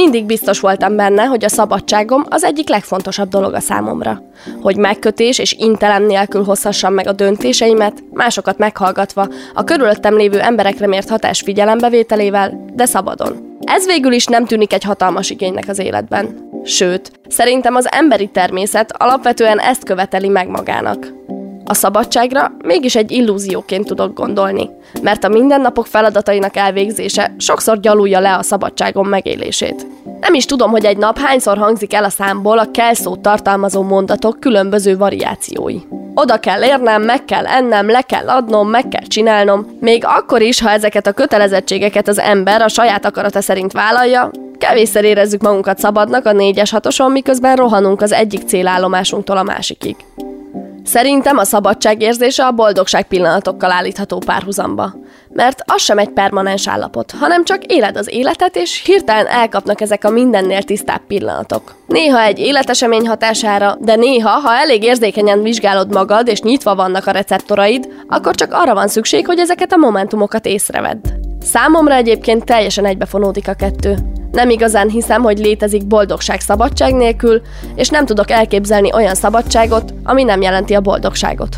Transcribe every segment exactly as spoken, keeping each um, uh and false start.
Mindig biztos voltam benne, hogy a szabadságom az egyik legfontosabb dolog a számomra. Hogy megkötés és intelem nélkül hozhassam meg a döntéseimet, másokat meghallgatva, a körülöttem lévő emberekre mért hatás figyelembevételével, de szabadon. Ez végül is nem tűnik egy hatalmas igénynek az életben. Sőt, szerintem az emberi természet alapvetően ezt követeli meg magának. A szabadságra mégis egy illúzióként tudok gondolni, mert a mindennapok feladatainak elvégzése sokszor gyalulja le a szabadságom megélését. Nem is tudom, hogy egy nap hányszor hangzik el a számból a kell szót tartalmazó mondatok különböző variációi. Oda kell érnem, meg kell ennem, le kell adnom, meg kell csinálnom, még akkor is, ha ezeket a kötelezettségeket az ember a saját akarata szerint vállalja, kevésszer érezzük magunkat szabadnak a négyes hatoson, miközben rohanunk az egyik célállomásunktól a másikig. Szerintem a szabadságérzése a boldogság pillanatokkal állítható párhuzamba. Mert az sem egy permanens állapot, hanem csak éled az életet, és hirtelen elkapnak ezek a mindennél tisztább pillanatok. Néha egy életesemény hatására, de néha, ha elég érzékenyen vizsgálod magad, és nyitva vannak a receptoraid, akkor csak arra van szükség, hogy ezeket a momentumokat észrevedd. Számomra egyébként teljesen egybefonódik a kettő. Nem igazán hiszem, hogy létezik boldogság szabadság nélkül, és nem tudok elképzelni olyan szabadságot, ami nem jelenti a boldogságot.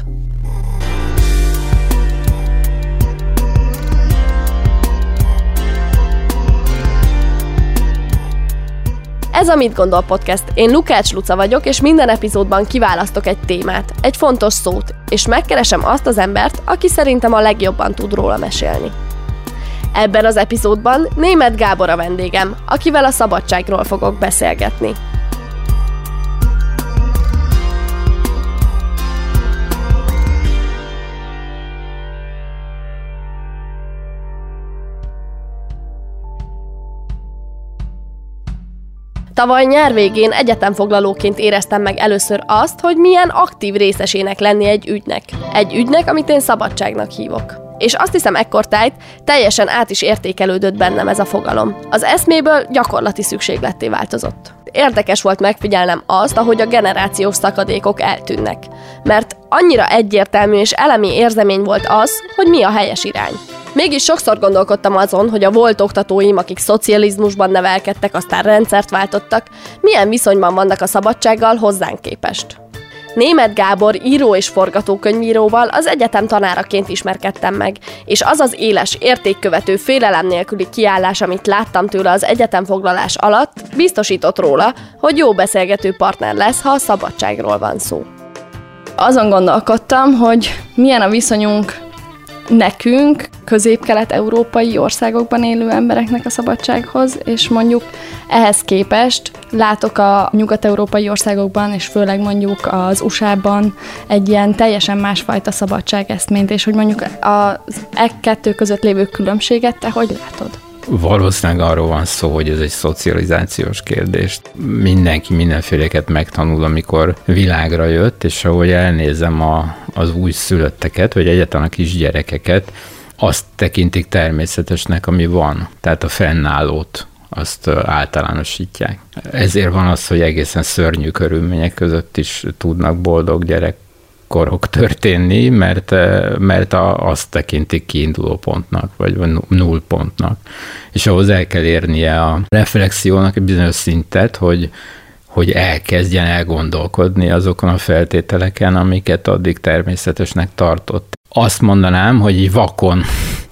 Ez a Mit Gondol Podcast. Én Lukács Luca vagyok, és minden epizódban kiválasztok egy témát, egy fontos szót, és megkeresem azt az embert, aki szerintem a legjobban tud róla mesélni. Ebben az epizódban Németh Gábor a vendégem, akivel a szabadságról fogok beszélgetni. Tavaly nyár végén egyetemfoglalóként éreztem meg először azt, hogy milyen aktív részesének lenni egy ügynek. Egy ügynek, amit én szabadságnak hívok. És azt hiszem ekkortájt teljesen át is értékelődött bennem ez a fogalom. Az eszméből gyakorlati szükségletté változott. Érdekes volt megfigyelnem azt, ahogy a generációs szakadékok eltűnnek. Mert annyira egyértelmű és elemi érzemény volt az, hogy mi a helyes irány. Mégis sokszor gondolkodtam azon, hogy a volt oktatóim, akik szocializmusban nevelkedtek, aztán rendszert váltottak, milyen viszonyban vannak a szabadsággal hozzánk képest. Németh Gábor író és forgatókönyvíróval az egyetem tanáraként ismerkedtem meg, és az az éles, értékkövető, félelem nélküli kiállás, amit láttam tőle az egyetemfoglalás alatt, biztosított róla, hogy jó beszélgető partner lesz, ha a szabadságról van szó. Azon gondolkodtam, hogy milyen a viszonyunk nekünk, közép-kelet-európai országokban élő embereknek a szabadsághoz, és mondjuk ehhez képest látok a nyugat-európai országokban, és főleg mondjuk az u es á-ban egy ilyen teljesen másfajta szabadságeszményt, és hogy mondjuk az e kettő között lévő különbséget te hogy látod? Valószínűleg arról van szó, hogy ez egy szocializációs kérdés. Mindenki mindenféleket megtanul, amikor világra jött, és ahogy elnézem a, az újszülötteket, vagy egyáltalán a kisgyerekeket, azt tekintik természetesnek, ami van. Tehát a fennállót azt általánosítják. Ezért van az, hogy egészen szörnyű körülmények között is tudnak boldog gyerek korok történni, mert, mert azt tekintik kiinduló pontnak, vagy nullpontnak. És ahhoz el kell érnie a reflexiónak egy bizonyos szintet, hogy, hogy elkezdjen elgondolkodni azokon a feltételeken, amiket addig természetesnek tartott. Azt mondanám, hogy így vakon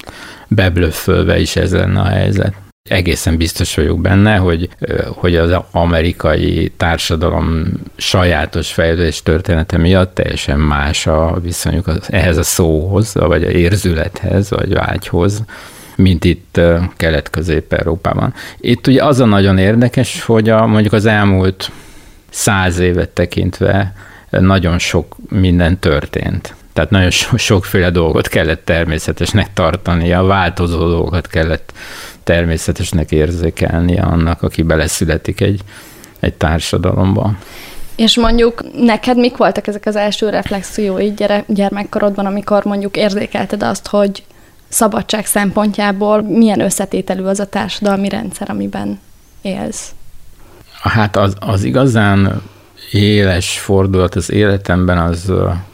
beblöffölve is ez lenne a helyzet. Egészen biztos vagyok benne, hogy, hogy az amerikai társadalom sajátos fejlődés története miatt teljesen más a viszonyuk ehhez a szóhoz, vagy a érzülethez, vagy vágyhoz, mint itt Kelet-Közép-Európában. Itt ugye az a nagyon érdekes, hogy a, mondjuk az elmúlt száz évet tekintve nagyon sok minden történt. Tehát nagyon so- sokféle dolgot kellett természetesnek tartani, a változó dolgokat kellett természetesnek érzékelnie annak, aki beleszületik egy, egy társadalomba. És mondjuk neked mik voltak ezek az első reflexióid gyere, gyermekkorodban, amikor mondjuk érzékelted azt, hogy szabadság szempontjából milyen összetételű az a társadalmi rendszer, amiben élsz? Hát az, az igazán éles fordulat az életemben az,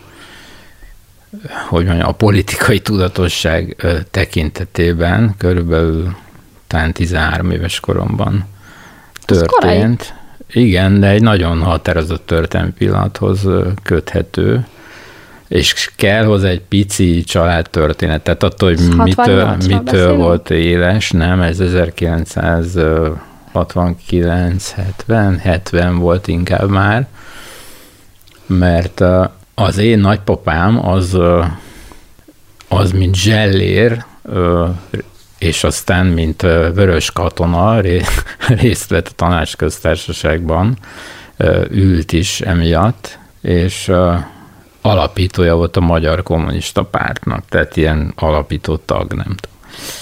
hogy mondjam, a politikai tudatosság tekintetében körülbelül talán tizenhárom éves koromban történt. Igen, de egy nagyon határozott történelmi pillanathoz köthető, és kell hozzá egy pici családtörténet. Tehát attól, hogy mitől, mitől volt éles, nem, ez ezerkilencszázhatvankilenc hetven, hetven volt inkább már, mert az én nagypapám az, az mint zsellér, és aztán, mint vörös katona részt vett a Tanácsköztársaságban, ült is emiatt, és alapítója volt a Magyar Kommunista Pártnak, tehát ilyen alapító tag, nem tudom.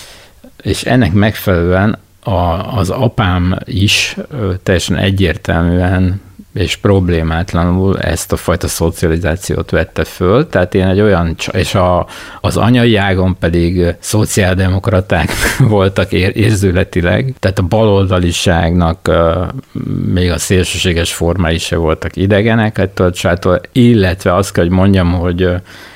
És ennek megfelelően a, az apám is teljesen egyértelműen és problémátlanul ezt a fajta szocializációt vette föl, tehát én egy olyan, és a, az anyai ágon pedig szociáldemokraták voltak ér, érzületileg, tehát a baloldaliságnak még a szélsőséges formái se voltak idegenek ettől a családtól, illetve azt kell, hogy mondjam, hogy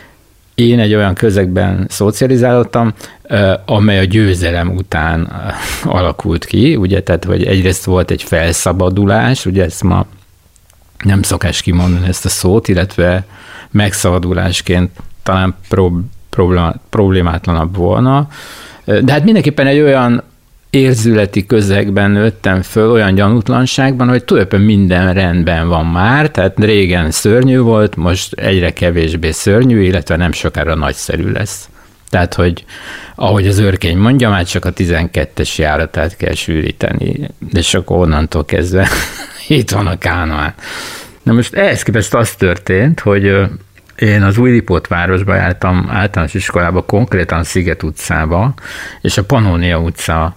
én egy olyan közegben szocializálódtam, amely a győzelem után alakult ki, ugye, tehát hogy egyrészt volt egy felszabadulás, ugye ezt ma nem szokás kimondani ezt a szót, illetve megszabadulásként talán problémátlanabb volna. De hát mindenképpen egy olyan érzületi közegben nőttem föl, olyan gyanútlanságban, hogy tulajdonképpen minden rendben van már, tehát régen szörnyű volt, most egyre kevésbé szörnyű, illetve nem sokára nagyszerű lesz. Tehát, hogy ahogy az őrkény mondja, már csak a tizenkettes járatát kell sűríteni, és akkor onnantól kezdve itt van a Kánoán. Na most ehhez képest az történt, hogy én az Újlipótvárosba jártam általános iskolába, konkrétan Sziget utcába, és a Pannónia utca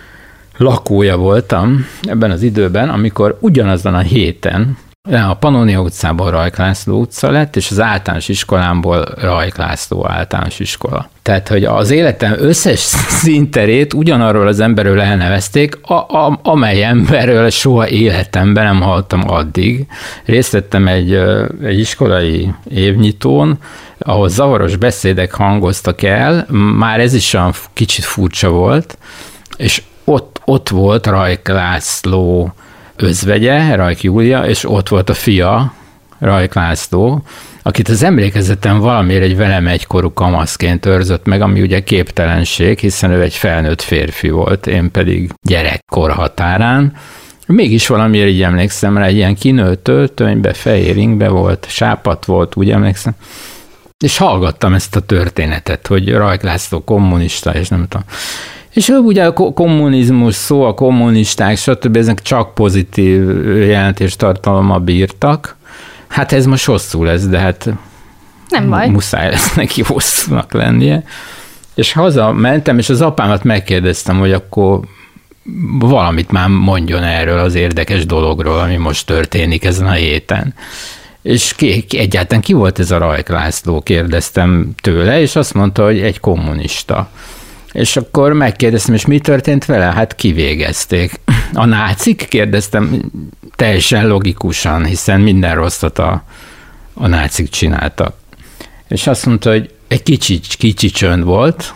lakója voltam ebben az időben, amikor ugyanazon a héten a Pannónia utcából Rajk László utca lett, és az általános iskolámból Rajk László általános iskola. Tehát, hogy az életem összes színterét ugyanarról az emberről elnevezték, a, a, amely emberről soha életemben nem hallottam addig. Részt vettem egy, egy iskolai évnyitón, ahol zavaros beszédek hangoztak el, már ez is olyan kicsit furcsa volt, és ott, ott volt Rajk László özvegye, Rajk Júlia, és ott volt a fia, Rajk László, akit az emlékezetem valamiért egy velem egykorú kamaszként őrzött meg, ami ugye képtelenség, hiszen ő egy felnőtt férfi volt, én pedig gyerekkor határán. Mégis valamiért így emlékszem rá, egy ilyen kinőtt öltönybe, fehér ingbe volt, sápadt volt, úgy emlékszem. És hallgattam ezt a történetet, hogy Rajk László kommunista, és nem tudom. És ugye a kommunizmus szó, a kommunisták, stb. Ezek csak pozitív jelentéstartalommal bírtak. Hát ez most hosszú lesz, de hát nem baj. Muszáj lesz neki hosszúnak lennie. És haza mentem, és az apámat megkérdeztem, hogy akkor valamit már mondjon erről az érdekes dologról, ami most történik ezen a héten. És ki, ki, egyáltalán ki volt ez a Rajk László, kérdeztem tőle, és azt mondta, hogy egy kommunista. És akkor megkérdeztem, és mi történt vele? Hát kivégezték. A nácik? Kérdeztem teljesen logikusan, hiszen minden rosszat a, a nácik csináltak. És azt mondta, hogy egy kicsi, kicsi csönd volt,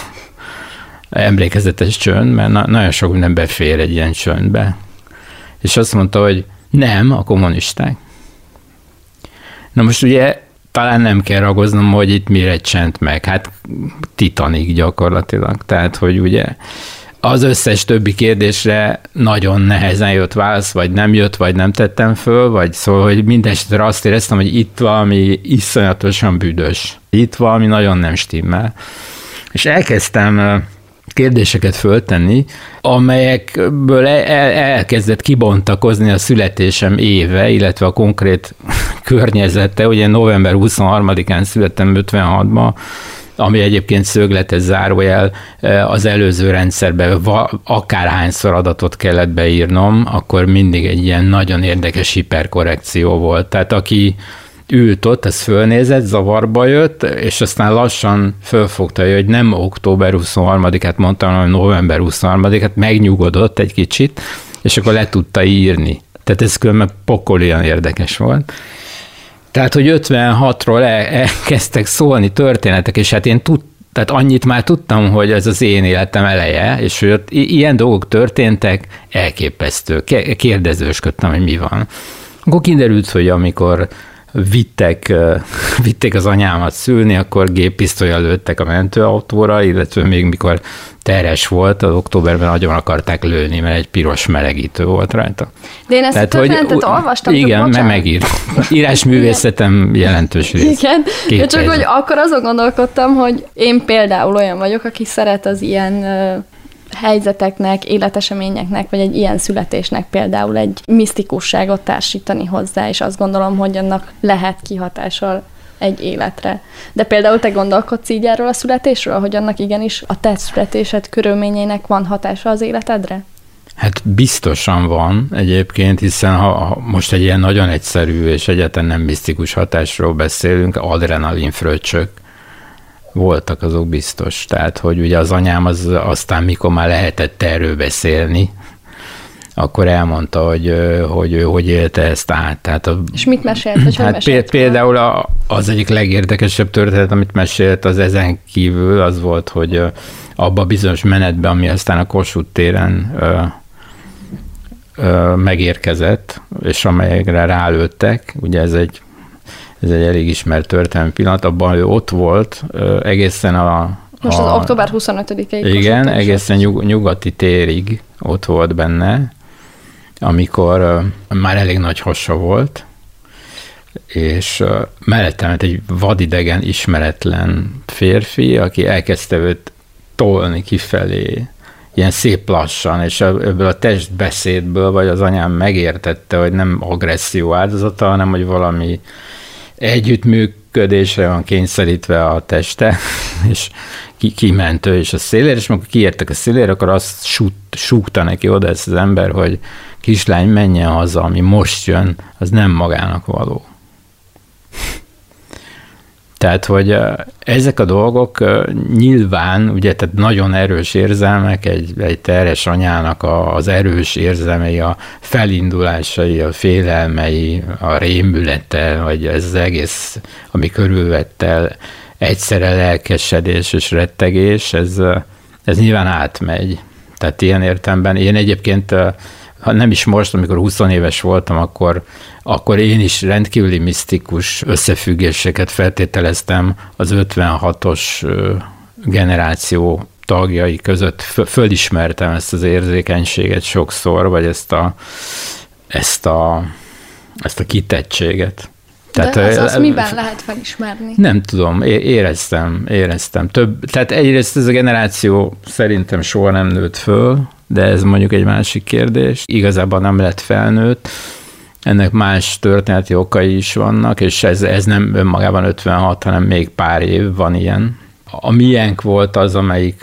emlékezetes csönd, mert na, nagyon sok minden befér egy ilyen csöndbe. És azt mondta, hogy nem, a kommunisták. Na most ugye talán nem kell ragoznom, hogy itt mire csent meg. Hát Titanic gyakorlatilag. Tehát, hogy ugye az összes többi kérdésre nagyon nehezen jött válasz, vagy nem jött, vagy nem tettem föl, vagy szóval, hogy mindesetre azt éreztem, hogy itt valami iszonyatosan büdös. Itt valami nagyon nem stimmel. És elkezdtem kérdéseket föltenni, amelyekből el- elkezdett kibontakozni a születésem éve, illetve a konkrét környezete. Ugye november huszonharmadikán születtem ötvenhatban, ami egyébként szögletes zárójel, az előző rendszerben akárhányszor adatot kellett beírnom, akkor mindig egy ilyen nagyon érdekes hiperkorrekció volt. Tehát aki ült ott, ez fölnézett, zavarba jött, és aztán lassan fölfogta, hogy nem október huszonharmadikát mondtam, hanem november huszonharmadikát, megnyugodott egy kicsit, és akkor le tudta írni. Tehát ez különben pokolian érdekes volt. Tehát, hogy ötvenhatról elkezdtek szólni történetek, és hát én tud, Tehát annyit már tudtam, hogy ez az én életem eleje, és hogy ott ilyen dolgok történtek, elképesztő. Kérdezősködtem, hogy mi van. Akkor kiderült, hogy amikor vittek, vitték az anyámat szülni, akkor géppisztollyal lőttek a mentőautóra, illetve még mikor teres volt, az októberben nagyon akarták lőni, mert egy piros melegítő volt rajta. De én ezt Tehát, a történetet olvastam. Igen, mert megírt. Írásművészetem jelentős rész. Igen, de csak hogy akkor azon gondolkodtam, hogy én például olyan vagyok, aki szeret az ilyen helyzeteknek, életeseményeknek, vagy egy ilyen születésnek például egy misztikusságot társítani hozzá, és azt gondolom, hogy annak lehet kihatással egy életre. De például te gondolkodsz így erről a születésről, hogy annak igenis a te születésed körülményeinek van hatása az életedre? Hát biztosan van egyébként, hiszen ha, ha most egy ilyen nagyon egyszerű és egyáltalán nem misztikus hatásról beszélünk, adrenalin fröccsök voltak, azok biztos. Tehát, hogy ugye az anyám az, aztán, mikor már lehetett erről beszélni, akkor elmondta, hogy, hogy ő hogy élte ezt át. Tehát a, és mit mesélt? Hogy hát mesélt például a, az egyik legérdekesebb történet, amit mesélt, az ezen kívül az volt, hogy abba a bizonyos menetben, ami aztán a Kossuth téren ö, ö, megérkezett, és amelyekre rálőttek, ugye ez egy Ez egy elég ismert történelmi pillanat, abban ő ott volt egészen a... Most az a, október huszonötödikéig. Igen, egészen nyug, nyugati térig ott volt benne, amikor uh, már elég nagy hasa volt, és uh, mellette ment egy vadidegen, ismeretlen férfi, aki elkezdte őt tolni kifelé, ilyen szép lassan, és ebből a testbeszédből, vagy az anyám megértette, hogy nem agresszió áldozata, hanem hogy valami együttműködésre van kényszerítve a teste, és ki, kiment ő is a szélére, és amikor kiértek a szélére, akkor azt sút, súgta neki oda ezt az ember, hogy kislány, menjen haza, ami most jön, az nem magának való. Tehát, hogy ezek a dolgok nyilván, ugye, tehát nagyon erős érzelmek, egy, egy terhes anyának az erős érzelmei, a felindulásai, a félelmei, a rémülete, vagy ez az egész, ami körülvette, egyszerre lelkesedés és rettegés, ez, ez nyilván átmegy. Tehát ilyen értelemben én egyébként, ha nem is most, amikor húsz éves voltam, akkor, akkor én is rendkívüli misztikus összefüggéseket feltételeztem az ötvenhatos generáció tagjai között. Fölismertem ezt az érzékenységet sokszor, vagy ezt a, ezt a, ezt a kitettséget. Tehát, de az, az miben lehet felismerni? Nem tudom, éreztem, éreztem. Több, tehát egyrészt ez a generáció szerintem soha nem nőtt föl, de ez mondjuk egy másik kérdés. Igazából nem lett felnőtt, ennek más történeti okai is vannak, és ez, ez nem önmagában ötvenhat, hanem még pár év van ilyen. A miénk volt az, amelyik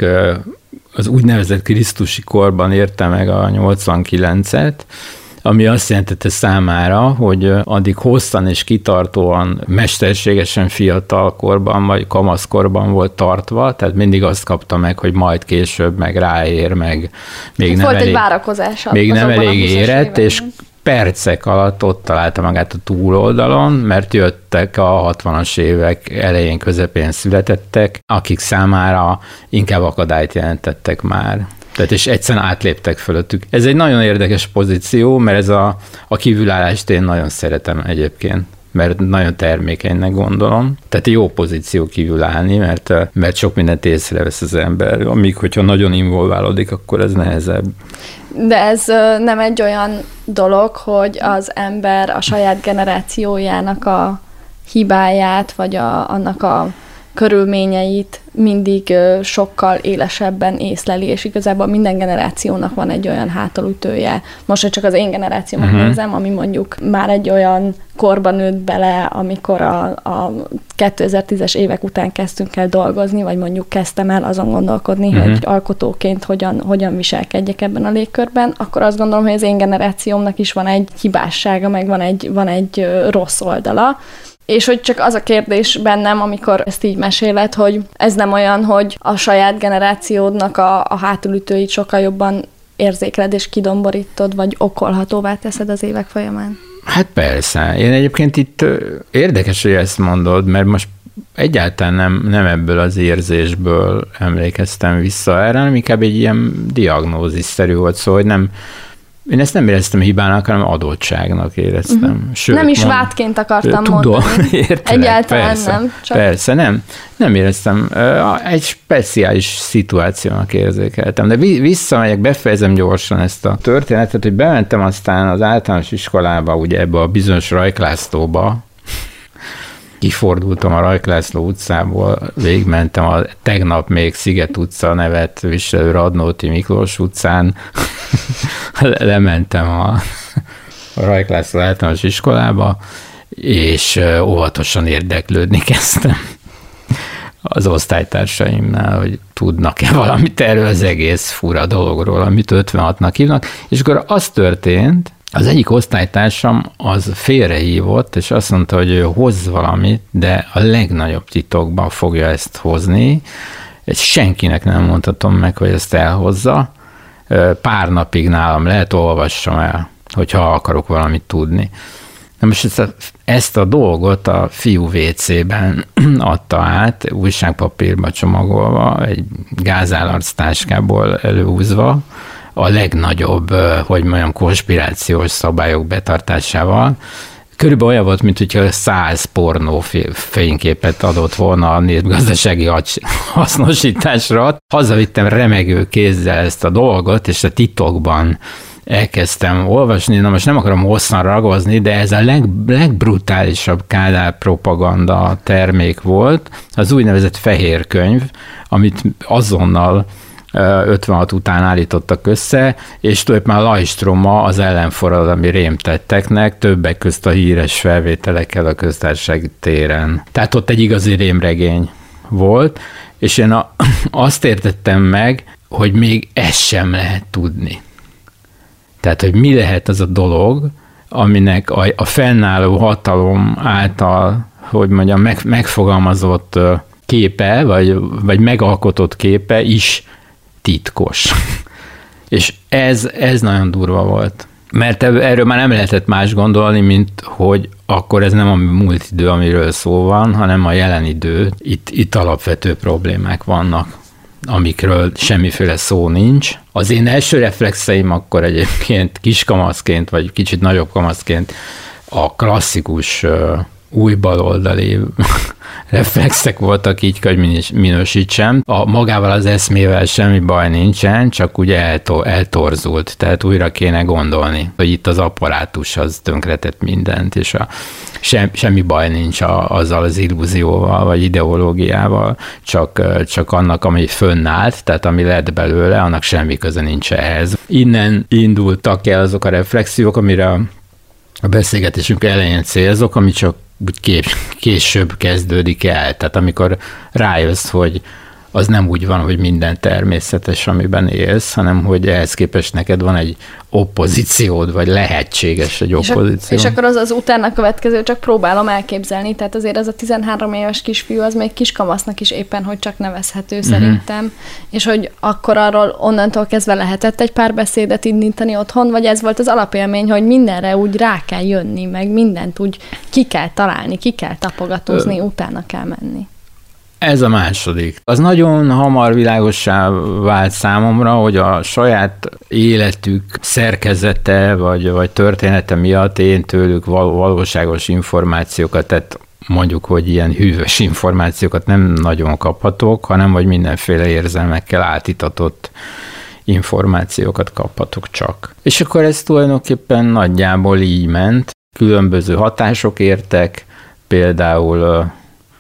az úgynevezett krisztusi korban érte meg a nyolcvankilencet, ami azt jelentette számára, hogy addig hosszan és kitartóan, mesterségesen fiatal korban vagy kamaszkorban volt tartva, tehát mindig azt kapta meg, hogy majd később meg ráér, meg még hát nem volt elég, egy várakozás. még nem elég érett, és percek alatt ott találta magát a túloldalon, mert jöttek a hatvanas évek elején, közepén születettek, akik számára inkább akadályt jelentettek már. Tehát és egyszerűen átléptek fölöttük. Ez egy nagyon érdekes pozíció, mert ez a, a kívülállást én nagyon szeretem egyébként, mert nagyon termékenynek gondolom. Tehát egy jó pozíció kívül állni, mert, mert sok mindent észrevesz az ember, amíg hogyha nagyon involválódik, akkor ez nehezebb. De ez nem egy olyan dolog, hogy az ember a saját generációjának a hibáját, vagy a, annak a körülményeit mindig sokkal élesebben észleli, és igazából minden generációnak van egy olyan hátulütője. Most, hogy csak az én generációmat uh-huh. nézem, ami mondjuk már egy olyan korban nőtt bele, amikor a, a kétezer-tízes évek után kezdtünk el dolgozni, vagy mondjuk kezdtem el azon gondolkodni, uh-huh. hogy alkotóként hogyan, hogyan viselkedjek ebben a légkörben, akkor azt gondolom, hogy az én generációmnak is van egy hibássága, meg van egy, van egy rossz oldala. És hogy csak az a kérdés bennem, amikor ezt így meséled, hogy ez nem olyan, hogy a saját generációdnak a, a hátulütőit sokkal jobban érzékeled és kidomborítod, vagy okolhatóvá teszed az évek folyamán? Hát persze. Én egyébként itt érdekes, hogy ezt mondod, mert most egyáltalán nem, nem ebből az érzésből emlékeztem vissza erre, hanem inkább egy ilyen diagnózisszerű volt, szóval hogy nem, én ezt nem éreztem hibának, hanem adottságnak éreztem. Uh-huh. Sőt, nem is mond, vádként akartam tudom, mondani. Értelek, Egyáltalán persze, nem. Csak... Persze, nem. Nem éreztem. Egy speciális szituációnak érzékeltem. De visszamegyek, befejezem gyorsan ezt a történetet, hogy bementem aztán az általános iskolába, ugye ebbe a bizonyos Rajk-Lászlóba, kifordultam a Rajk-László utcából, végigmentem a tegnap még Sziget utca nevet viselő Radnóti Miklós utcán, lementem a, a Rajk-László általános iskolába, és óvatosan érdeklődni kezdtem az osztálytársaimnál, hogy tudnak-e valamit erről az egész fura dologról, amit ötvenhatnak hívnak, és akkor az történt, az egyik osztálytársam az félrehívott, és azt mondta, hogy ő hoz valamit, de a legnagyobb titokban fogja ezt hozni, és senkinek nem mondhatom meg, hogy ezt elhozza. Pár napig nálam lehet, olvassam el, hogyha akarok valamit tudni. Na most ezt a, ezt a dolgot a fiú vécében adta át, újságpapírba csomagolva, egy gázállarc táskából előhúzva, a legnagyobb, hogy mondjam, konspirációs szabályok betartásával. Körülbelül olyan volt, mint hogyha száz pornó fényképet adott volna a népgazdasági hasznosításra. Hazavittem remegő kézzel ezt a dolgot, és a titokban elkezdtem olvasni. Na most nem akarom hosszan ragozni, de ez a leg, legbrutálisabb Kádár propaganda termék volt, az úgynevezett fehér könyv, amit azonnal ötvenhat után állítottak össze, és tulajdonképpen a Lajstroma az ellenforradalmi rémtetteknek, többek közt a híres felvételekkel a Köztársasági téren. Tehát ott egy igazi rémregény volt, és én a, azt értettem meg, hogy még ezt sem lehet tudni. Tehát, hogy mi lehet az a dolog, aminek a, a fennálló hatalom által, hogy mondjam, meg, megfogalmazott képe, vagy, vagy megalkotott képe is titkos. És ez, ez nagyon durva volt. Mert erről már nem lehetett más gondolni, mint hogy akkor ez nem a múlt idő, amiről szó van, hanem a jelen idő. Itt, itt alapvető problémák vannak, amikről semmiféle szó nincs. Az én első reflexeim akkor egyébként kiskamaszként, vagy kicsit nagyobb kamaszként a klasszikus új baloldali reflexek voltak, így kell, hogy minősítsem. A magával az eszmével semmi baj nincsen, csak ugye eltor, eltorzult, tehát újra kéne gondolni, hogy itt az apparátus az tönkretett mindent, és a, sem, semmi baj nincs a, azzal az illúzióval, vagy ideológiával, csak, csak annak, ami fönnállt, tehát ami lett belőle, annak semmi köze nincs ehhez. Innen indultak el azok a reflexiók, amire a, a beszélgetésünk elején célzok, ami csak úgy később kezdődik el. Tehát amikor rájössz, hogy az nem úgy van, hogy minden természetes, amiben élsz, hanem hogy ehhez képest neked van egy oppozíciód, vagy lehetséges egy oppozíció. És, és akkor az az utána következő, csak próbálom elképzelni, tehát azért az a tizenhárom éves kisfiú, az még kiskamasznak is éppen, hogy csak nevezhető uh-huh. szerintem, és hogy akkor arról onnantól kezdve lehetett egy pár beszédet indítani otthon, vagy ez volt az alapélmény, hogy mindenre úgy rá kell jönni, meg mindent úgy ki kell találni, ki kell tapogatózni, Ö... utána kell menni. Ez a második. Az nagyon hamar világossá vált számomra, hogy a saját életük szerkezete vagy, vagy története miatt én tőlük val- valóságos információkat, tehát mondjuk, hogy ilyen hűvös információkat nem nagyon kaphatok, hanem hogy mindenféle érzelmekkel átitatott információkat kaphatok csak. És akkor ez tulajdonképpen nagyjából így ment. Különböző hatások értek, például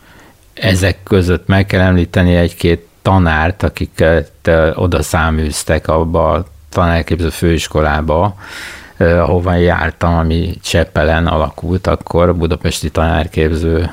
ezek között meg kell említeni egy-két tanárt, akiket oda száműztek abba a tanárképző főiskolába, ahova jártam, ami Csepelen alakult, akkor budapesti tanárképzőnek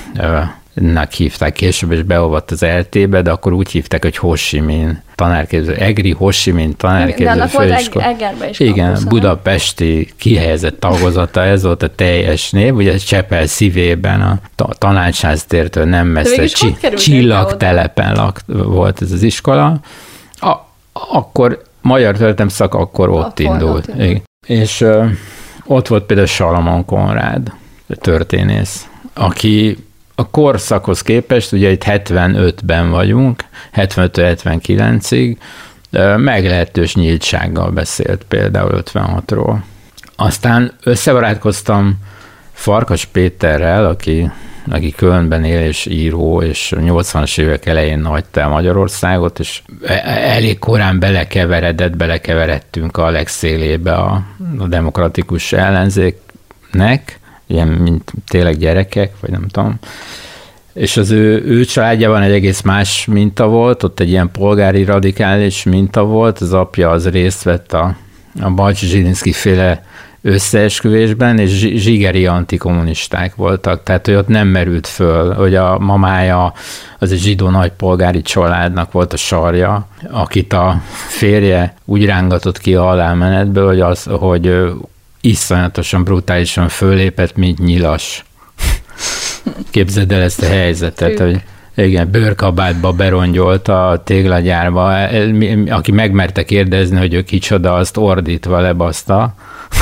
hívták később, és beolvadt az er té-be, de akkor úgy hívták, hogy Ho Chi Minh tanárképző, Egri Ho Chi Minh tanárképző főiskola. Volt Egerbe is igen, kampusz, budapesti kihelyezett tagozata, ez volt a teljes név, ugye Csepel szívében, a Tanácsháztértől nem messze, csi- Csillagtelepen lakt, volt ez az iskola. A, akkor magyar történelem szak akkor ott akkor indult. Ott indult. És uh, ott volt például Salamon Konrád, történész, aki a korszakhoz képest, ugye itt hetvenötben vagyunk, hetvenöttől hetvenkilencig, meglehetős nyíltsággal beszélt például ötvenhatról. Aztán összebarátkoztam Farkas Péterrel, aki, aki Kölnben él és író, és nyolcvanas évek elején hagyta el Magyarországot, és elég korán belekeveredett, belekeveredtünk a legszélébe a, a demokratikus ellenzéknek, ilyen, mint tényleg gyerekek, vagy nem tudom. És az ő, ő családjában egy egész más minta volt, ott egy ilyen polgári radikális minta volt, az apja az részt vett a, a Bajcsy-Zsilinszky féle összeesküvésben, és zsigeri antikommunisták voltak, tehát hogy ott nem merült föl, hogy a mamája az egy zsidó nagypolgári családnak volt a sarja, akit a férje úgy rángatott ki a halálmenetből, hogy, az, hogy iszonyatosan, brutálisan fölépett, mint nyilas. Képzeld el ezt a helyzetet, hogy igen, bőrkabátba berongyolt a téglagyárba, aki megmerte kérdezni, hogy ő kicsoda, azt ordítva lebaszta.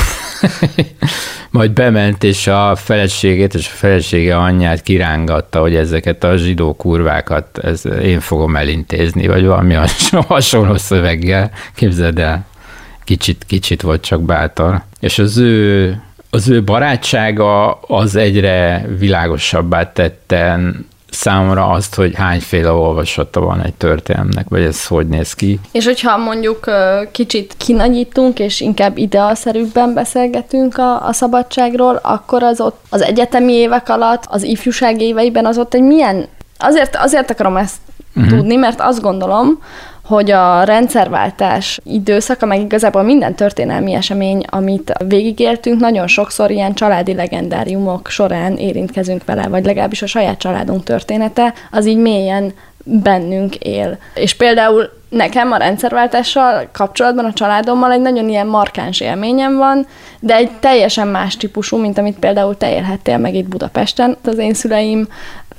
Majd bement, és a feleségét és a felesége anyját kirángatta, hogy ezeket a zsidó kurvákat ez én fogom elintézni, vagy valami hasonló szöveggel. Képzeld el, kicsit, kicsit volt csak bátor. És az ő, az ő barátsága az egyre világosabbá tette számomra azt, hogy hányféle olvasata van egy történelmnek, vagy ez hogy néz ki. És hogyha mondjuk kicsit kinagyítunk, és inkább idealszerűbben beszélgetünk a, a szabadságról, akkor az ott az egyetemi évek alatt, az ifjúság éveiben az ott egy milyen... Azért, azért akarom ezt uh-huh. tudni, mert azt gondolom, hogy a rendszerváltás időszaka, meg igazából minden történelmi esemény, amit végigéltünk, nagyon sokszor ilyen családi legendáriumok során érintkezünk vele, vagy legalábbis a saját családunk története, az így mélyen bennünk él. És például nekem a rendszerváltással kapcsolatban a családommal egy nagyon ilyen markáns élményem van, de egy teljesen más típusú, mint amit például te élhettél meg itt Budapesten. Az én szüleim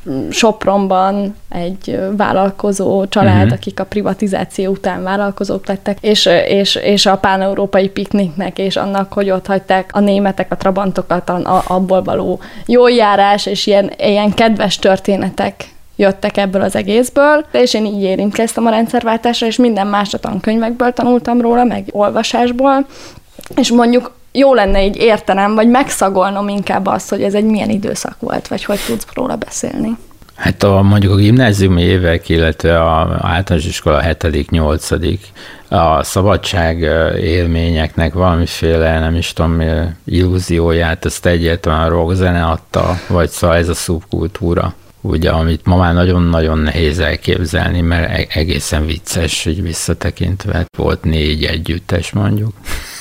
Sopronban egy vállalkozó család, uh-huh. akik a privatizáció után vállalkozók lettek, és, és, és a pán-európai pikniknek, és annak, hogy ott hagyták a németek, a trabantokat, a, abból való jójárás, és ilyen, ilyen kedves történetek jöttek ebből az egészből, és én így érintkeztem a rendszerváltásra, és minden más a tankönyvekből tanultam róla, meg olvasásból, és mondjuk jó lenne így értenem, vagy megszagolnom inkább azt, hogy ez egy milyen időszak volt, vagy hogy tudsz róla beszélni. Hát a, mondjuk a gimnáziumi évek, illetve az általános iskola hetedik nyolcadik a szabadság élményeknek valamiféle, nem is tudom, illúzióját, ezt egyáltalán a rockzene adta, vagy szóval ez a szubkultúra, ugye, amit ma már nagyon-nagyon nehéz elképzelni, mert egészen vicces, hogy visszatekintve volt négy együttes mondjuk.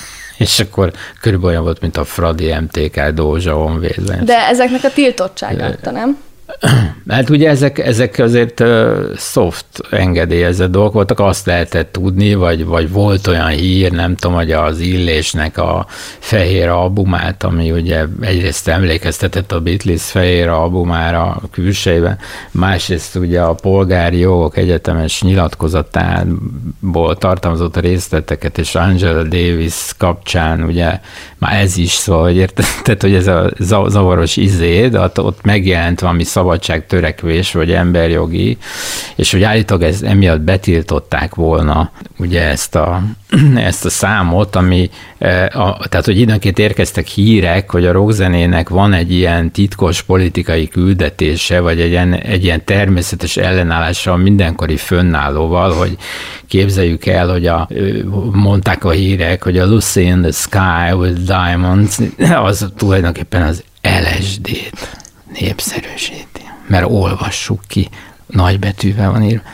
És akkor körülbelül olyan volt, mint a Fradi, em té ká, Dózsa, Honvéd. De ezeknek a tiltottsága adta, nem? Hát ugye ezek, ezek azért uh, soft engedélyezett dolgok voltak, azt lehetett tudni, vagy, vagy volt olyan hír, nem tudom, hogy az Illésnek a fehér albumát, ami ugye egyrészt emlékeztetett a Beatles fehér albumára a külsejében, másrészt ugye a polgári jogok egyetemes nyilatkozatából tartalmazott a részleteket, és Angela Davis kapcsán ugye már ez is szó, hogy érted, hogy ez a zavaros izé, de ott megjelent valami szabadságtörekvés, vagy emberjogi, és hogy állítólag ez emiatt betiltották volna ugye ezt a, ezt a számot, ami, a, tehát hogy időnként érkeztek hírek, hogy a rockzenének van egy ilyen titkos politikai küldetése, vagy egy ilyen, egy ilyen természetes ellenállással mindenkori fönnállóval, hogy képzeljük el, hogy a, mondták a hírek, hogy a Lucy in the Sky with Diamonds, az tulajdonképpen az el es dét népszerűsíti, mert olvassuk ki, nagybetűvel van írva.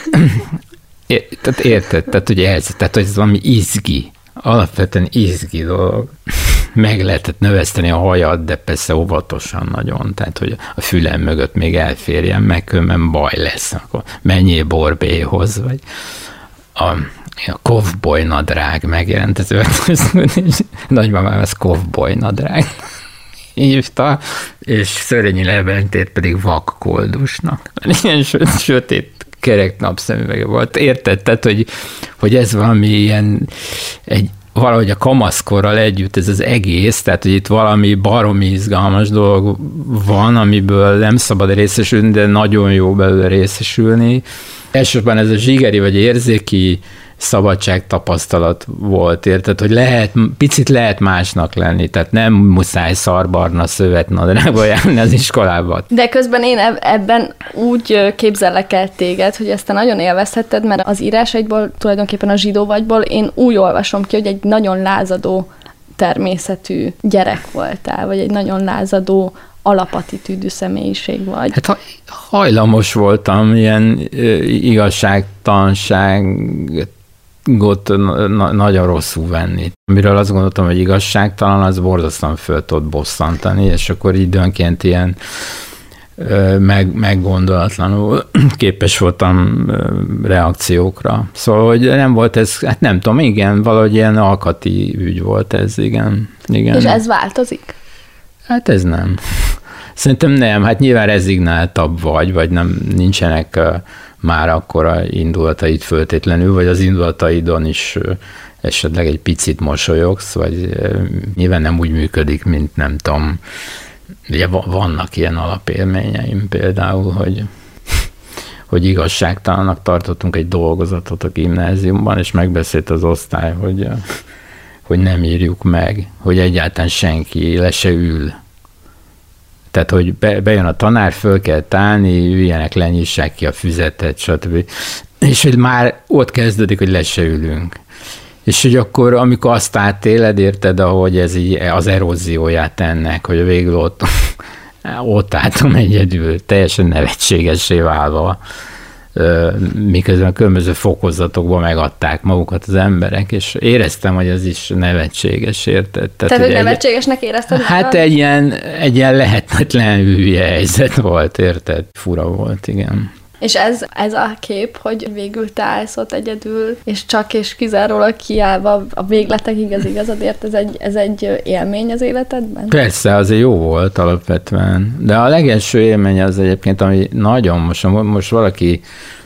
É, tehát érted, tehát hogy ez, tehát hogy ez valami izgi, alapvetően izgi dolog. Meg lehetett növeszteni a hajat, de persze óvatosan nagyon, tehát hogy a fülem mögött még elférjen, meg különben baj lesz, akkor menjél Borbélyhoz, vagy a, a kovboy nadrág megjelent az öltözőn, és nagymamám az kovboy nadrág hívta, és Szörényi Leventét pedig vakkoldusnak. Ilyen sötét kerek napszemüvege volt. Érted? Tehát, hogy, hogy ez valami ilyen, egy valahogy a kamaszkorral együtt ez az egész, tehát hogy itt valami baromi izgalmas dolog van, amiből nem szabad részesülni, de nagyon jó belőle részesülni. Elsősorban ez a zsigeri vagy érzéki szabadságtapasztalat volt, érted, hogy lehet, picit lehet másnak lenni, tehát nem muszáj szarbarna szövetnadrágba járni az iskolába. De közben én ebben úgy képzellek el téged, hogy ezt te nagyon élvezhetted, mert az írásaidból, tulajdonképpen a zsidó vagyból én úgy olvasom ki, hogy egy nagyon lázadó természetű gyerek voltál, vagy egy nagyon lázadó alapatitűdű személyiség vagy. Hát hajlamos voltam ilyen igazságtalanságot na- nagyon rosszul venni. Amiről azt gondoltam, hogy igazságtalan, az borzasztóan föl tud bosszantani, és akkor időnként ilyen meg, meggondolatlanul képes voltam reakciókra. Szóval, hogy nem volt ez, hát nem tudom, igen, valahogy ilyen alkati ügy volt ez, igen. igen. És ez változik? Hát ez nem. Szerintem nem, hát nyilván rezignáltabb vagy, vagy nem nincsenek uh, már akkora indulataid föltétlenül, vagy az indulataidon is uh, esetleg egy picit mosolyogsz, vagy uh, nyilván nem úgy működik, mint nem tudom. Ugye vannak ilyen alapélményeim például, hogy, hogy igazságtalannak tartottunk egy dolgozatot a gimnáziumban, és megbeszélt az osztály, hogy, uh, hogy nem írjuk meg, hogy egyáltalán senki le se ül. Tehát, hogy be, bejön a tanár, föl kell állni, üljenek, lenyissák ki a füzetet, stb. És hogy már ott kezdődik, hogy le se ülünk. És hogy akkor, amikor azt átéled, érted, ahogy ez így az erózióját ennek, hogy végül ott, ott álltam egyedül, teljesen nevetségessé válva, miközben a különböző fokozatokban megadták magukat az emberek, és éreztem, hogy ez is nevetséges, érted? Tehát, Te, hogy nevetségesnek érezted? Hát magad? egy ilyen, egy ilyen lehetetlen hülye helyzet volt, érted? Fura volt, igen. És ez, ez a kép, hogy végül te állsz ott egyedül, és csak és kizárólag kiállva a végletekig az igazadért, ez egy, ez egy élmény az életedben? Persze, azért jó volt alapvetően, de a legelső élmény az egyébként, ami nagyon, most, most valaki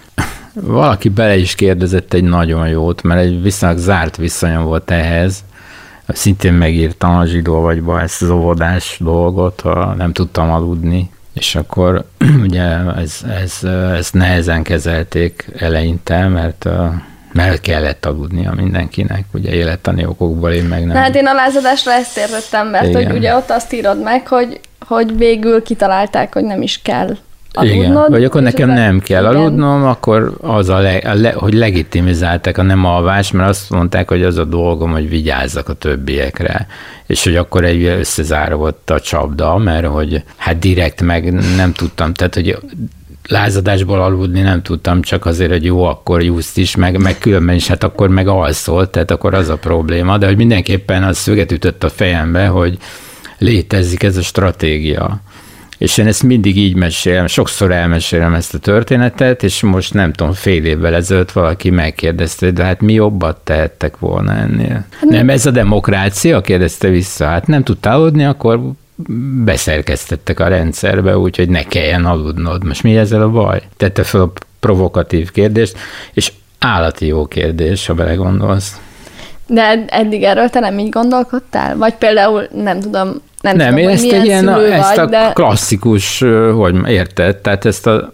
valaki bele is kérdezett egy nagyon jót, mert egy viszonylag zárt viszonyom volt ehhez, szintén megírtam a zsidó vagyba ezt az óvodás dolgot, ha nem tudtam aludni, és akkor ugye ez, ez, ezt nehezen kezelték eleinte, mert, mert kellett aludnia mindenkinek, ugye élettani okokból én meg nem. Na hát én a lázadásra ezt értettem, mert igen. Hogy ugye ott azt írod meg, hogy, hogy végül kitalálták, hogy nem is kell aludnod. Igen, vagy akkor nekem nem kell igen. aludnom, akkor az a, le, a le, hogy legitimizálták a nem alvás, mert azt mondták, hogy az a dolgom, hogy vigyázzak a többiekre. És hogy akkor egy összezáródott a csapda, mert hogy hát direkt meg nem tudtam, tehát hogy lázadásból aludni nem tudtam, csak azért, hogy jó, akkor juszt is, meg, meg különben is, hát akkor meg alszolt, tehát akkor az a probléma, de hogy mindenképpen az szöget ütött a fejembe, hogy létezik ez a stratégia. És én ezt mindig így mesélem, sokszor elmesélem ezt a történetet, és most nem tudom, fél évvel ezelőtt valaki megkérdezte, de hát mi jobbat tehettek volna ennél? Nem ez a demokrácia? Kérdezte vissza. Hát nem tudtál aludni, akkor beszerkesztettek a rendszerbe, úgyhogy ne kelljen aludnod. Most mi ezzel a baj? Tette fel a provokatív kérdést, és állati jó kérdés, ha belegondolsz. De eddig erről te nem így gondolkodtál? Vagy például, nem tudom, nem, nem tudom, én ezt egy ilyen, vagy, ezt a de... klasszikus, hogy érted, tehát ezt a,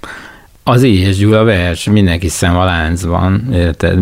az Éhes Gyula vers, mindenki szem a láncban, érted,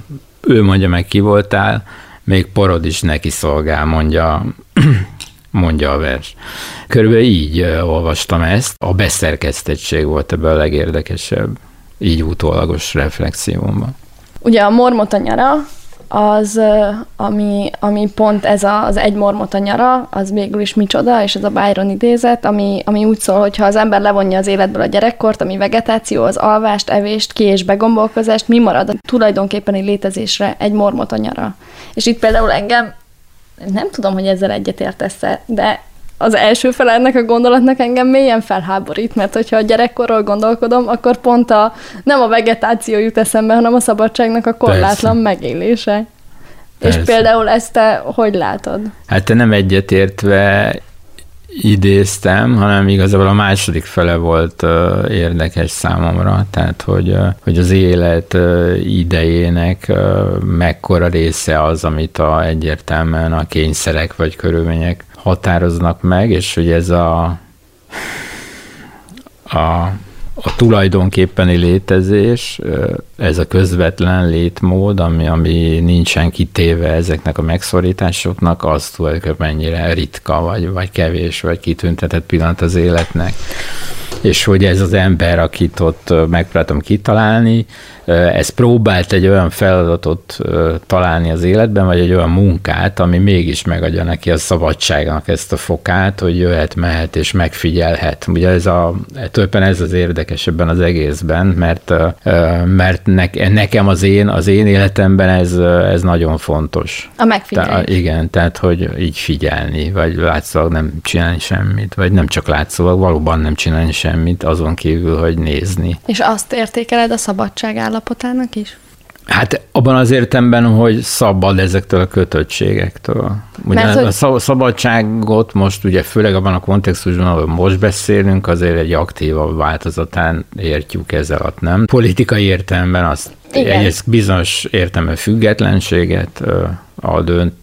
ő mondja meg, ki voltál, még porod is neki szolgál, mondja, mondja a vers. Körülbelül így olvastam ezt, a beszerkesztettség volt ebből a legérdekesebb, így utólagos reflexiómban. Ugye a Mormota nyara, az, ami, ami pont ez a, az egy mormota nyara, az végül is micsoda, és ez a Byron idézet, ami, ami úgy szól, hogy ha az ember levonja az életből a gyerekkort, ami vegetáció, az alvást, evést, ki- és begombolkozást, mi marad a tulajdonképpeni létezésre egy mormota nyara. És itt például engem, nem tudom, hogy ezzel egyetértesz-e, de az első fele ennek a gondolatnak engem mélyen felháborít, mert hogyha a gyerekkorról gondolkodom, akkor pont a, nem a vegetáció jut eszembe, hanem a szabadságnak a korlátlan Persze. megélése. Persze. És például ezt te hogy látod? Hát te nem egyetértve idéztem, hanem igazából a második fele volt uh, érdekes számomra, tehát hogy, uh, hogy az élet uh, idejének uh, mekkora része az, amit a, egyértelműen a kényszerek vagy körülmények határoznak meg, és hogy ez a, a A tulajdonképpeni létezés, ez a közvetlen létmód, ami, ami nincsen kitéve ezeknek a megszorításoknak, az tulajdonképpen mennyire ritka, vagy, vagy kevés, vagy kitüntetett pillanat az életnek. És hogy ez az ember, akit ott megpróbáltam kitalálni, ez próbált egy olyan feladatot találni az életben, vagy egy olyan munkát, ami mégis megadja neki a szabadságnak ezt a fokát, hogy jöhet, mehet és megfigyelhet. Ugye ez a, tulajdonképpen ez az érdekes ebben az egészben, mert, mert ne, nekem az én, az én életemben ez, ez nagyon fontos. A megfigyelés. Te, igen, tehát hogy így figyelni, vagy látszólag nem csinálni semmit, vagy nem csak látszólag, valóban nem csinálni semmit, azon kívül, hogy nézni. És azt értékeled a szabadság állapotának is? Hát abban az értelemben, hogy szabad ezektől a kötöttségektől. Ugye Mert, a szabadságot most ugye főleg abban a kontextusban, ahol most beszélünk, azért egy aktívabb változatán értjük ez alatt, nem? Politikai értelemben azt egy bizonyos értelme függetlenséget, a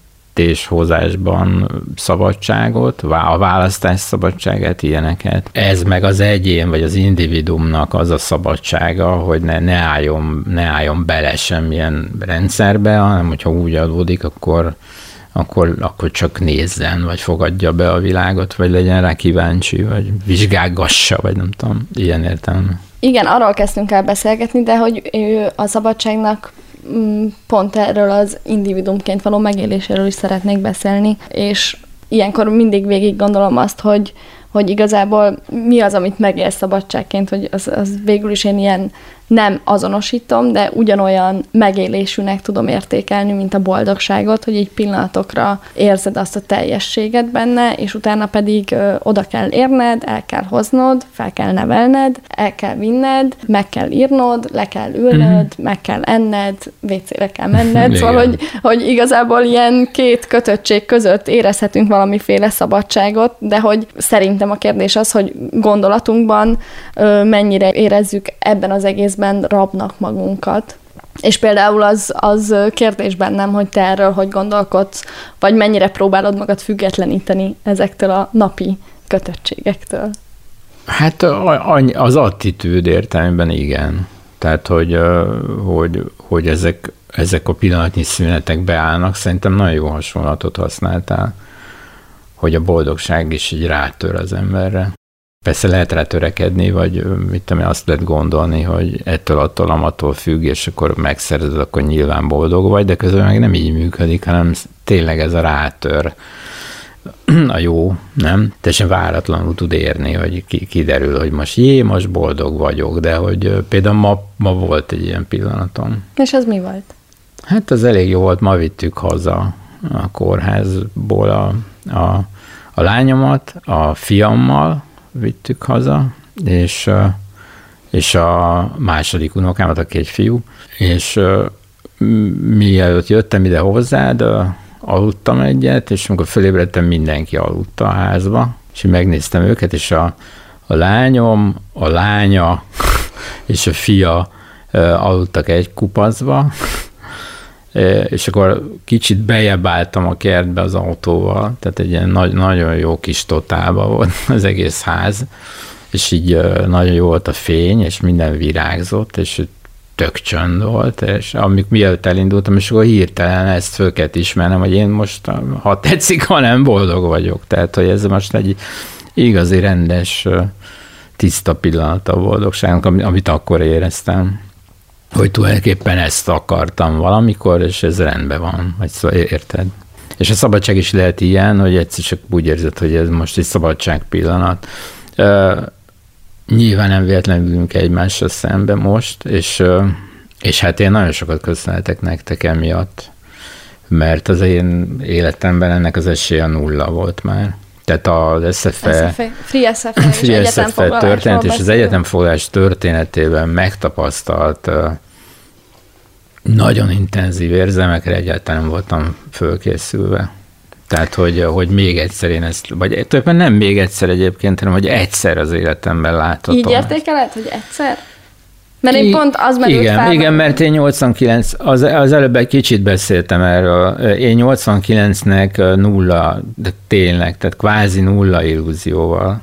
döntéshozásban szabadságot, a választás szabadságát, ilyeneket. Ez meg az egyén, vagy az individuumnak az a szabadsága, hogy ne, ne, álljon, ne álljon bele semmilyen rendszerbe, hanem hogyha úgy adódik, akkor, akkor, akkor csak nézzen, vagy fogadja be a világot, vagy legyen rá kíváncsi, vagy vizsgálgassa, vagy nem tudom, ilyen értelme. Igen, arról kezdtünk el beszélgetni, de hogy a szabadságnak pont erről az individuumként való megéléséről is szeretnék beszélni, és ilyenkor mindig végig gondolom azt, hogy, hogy igazából mi az, amit megélsz szabadságként, hogy az, az végül is én ilyen nem azonosítom, de ugyanolyan megélésűnek tudom értékelni, mint a boldogságot, hogy így pillanatokra érzed azt a teljességet benne, és utána pedig ö, oda kell érned, el kell hoznod, fel kell nevelned, el kell vinned, meg kell írnod, le kell ülnöd, mm-hmm. meg kell enned, vécére kell menned, szóval, hogy, hogy igazából ilyen két kötöttség között érezhetünk valamiféle szabadságot, de hogy szerintem a kérdés az, hogy gondolatunkban ö, mennyire érezzük ebben az egész rabnak magunkat. És például az, az kérdés bennem, hogy te erről hogy gondolkodsz, vagy mennyire próbálod magad függetleníteni ezektől a napi kötöttségektől? Hát az attitűd értelemben igen. Tehát, hogy, hogy, hogy ezek, ezek a pillanatnyi szünetek beállnak, szerintem nagyon jó hasonlatot használtál, hogy a boldogság is így rátör az emberre. Persze lehet rá törekedni, vagy mit tudom, azt lehet gondolni, hogy ettől, attól, amattól függ, és akkor megszerzed, akkor nyilván boldog vagy, de közben meg nem így működik, hanem tényleg ez a rátör a jó, nem? Teljesen váratlanul tud érni, hogy kiderül, hogy most jé, most boldog vagyok, de hogy például ma, ma volt egy ilyen pillanatom. És az mi volt? Hát az elég jó volt, ma vittük haza a kórházból a, a, a lányomat, a fiammal, vittük haza, és, és a második unokámat, aki egy fiú, és mielőtt jöttem ide hozzád, aludtam egyet, és amikor fölébredtem, mindenki aludt a házba, és én megnéztem őket, és a, a lányom, a lánya és a fia aludtak egy kupacba, és akkor kicsit bejebb álltam a kertbe az autóval, tehát egy ilyen nagy, nagyon jó kis totálba volt az egész ház, és így nagyon jó volt a fény, és minden virágzott, és tök csönd volt, és amik mielőtt elindultam, és akkor hirtelen ezt föl kellett ismernem, hogy én most, ha tetszik, ha nem, boldog vagyok. Tehát, hogy ez most egy igazi rendes, tiszta pillanat a boldogságnak, amit akkor éreztem. Hogy tulajdonképpen ezt akartam valamikor, és ez rendben van, vagy szóval érted. És a szabadság is lehet ilyen, hogy egyszer csak úgy érzed, hogy ez most egy szabadság pillanat. Uh, nyilván nem véletlenül ülünk egymással szembe most, és, uh, és hát én nagyon sokat köszönhetek nektek emiatt, mert az én életemben ennek az esélye nulla volt már. Tehát az es ef e, Free es ef e, Free es ef e történet, és az egyetemfoglalás történetében megtapasztalt uh, nagyon intenzív érzelmekre egyáltalán nem voltam fölkészülve. Tehát, hogy, hogy még egyszer én ezt, vagy többen nem még egyszer egyébként, hanem hogy egyszer az életemben láthatom. Így értékeled, hogy egyszer? Mert én pont az merült igen, fel. Igen, mert én nyolcvankilenc, az, az előbb egy kicsit beszéltem erről, én nyolcvankilencnek nulla, de tényleg, tehát kvázi nulla illúzióval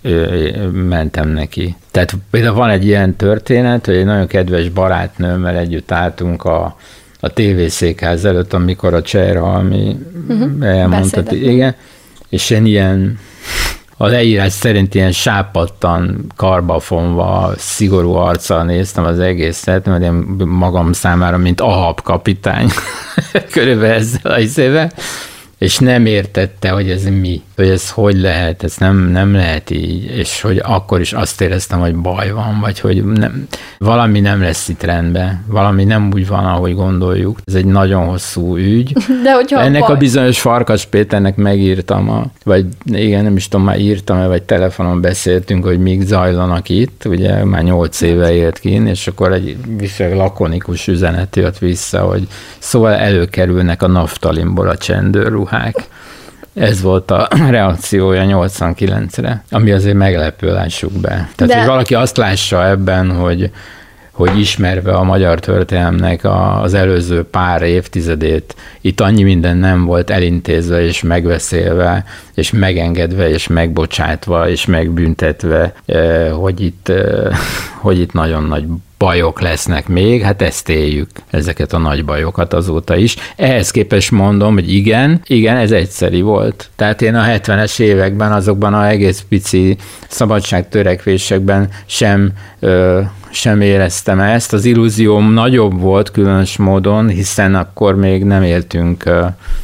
mentem neki. Tehát például van egy ilyen történet, hogy egy nagyon kedves barátnőmmel együtt álltunk a, a tévészékház előtt, amikor a Cserhalmi uh-huh. elmondta, igen, és én ilyen a leírás szerint ilyen sápadtan, karbafonva, szigorú arccal néztem az egészet, mert én magam számára, mint Ahab kapitány, körülbelül ezzel a izével, és nem értette, hogy ez mi, hogy ez hogy lehet, ez nem, nem lehet így, és hogy akkor is azt éreztem, hogy baj van, vagy hogy nem, valami nem lesz itt rendben, valami nem úgy van, ahogy gondoljuk. Ez egy nagyon hosszú ügy. De hogyha ennek baj. A bizonyos Farkas Péternek megírtam, a, vagy igen, nem is tudom, már írtam, vagy telefonon beszéltünk, hogy még zajlanak itt, ugye már nyolc éve élt kín, és akkor egy viszonylag lakonikus üzenet jött vissza, hogy szóval előkerülnek a naftalinból a csendőrruhák. Ez volt a reakciója nyolcvankilencre, ami azért meglepő, lássuk be. Tehát, De... hogy valaki azt lássa ebben, hogy, hogy ismerve a magyar történelmnek az előző pár évtizedét, itt annyi minden nem volt elintézve és megbeszélve, és megengedve, és megbocsátva, és megbüntetve, hogy itt, hogy itt nagyon nagy bajok lesznek még, hát ezt éljük, ezeket a nagy bajokat azóta is. Ehhez képest mondom, hogy igen, igen, ez egyszeri volt. Tehát én a hetvenes években, azokban az egész pici szabadságtörekvésekben sem, ö, sem éreztem ezt. Az illúzióm nagyobb volt különös módon, hiszen akkor még nem éltünk ö,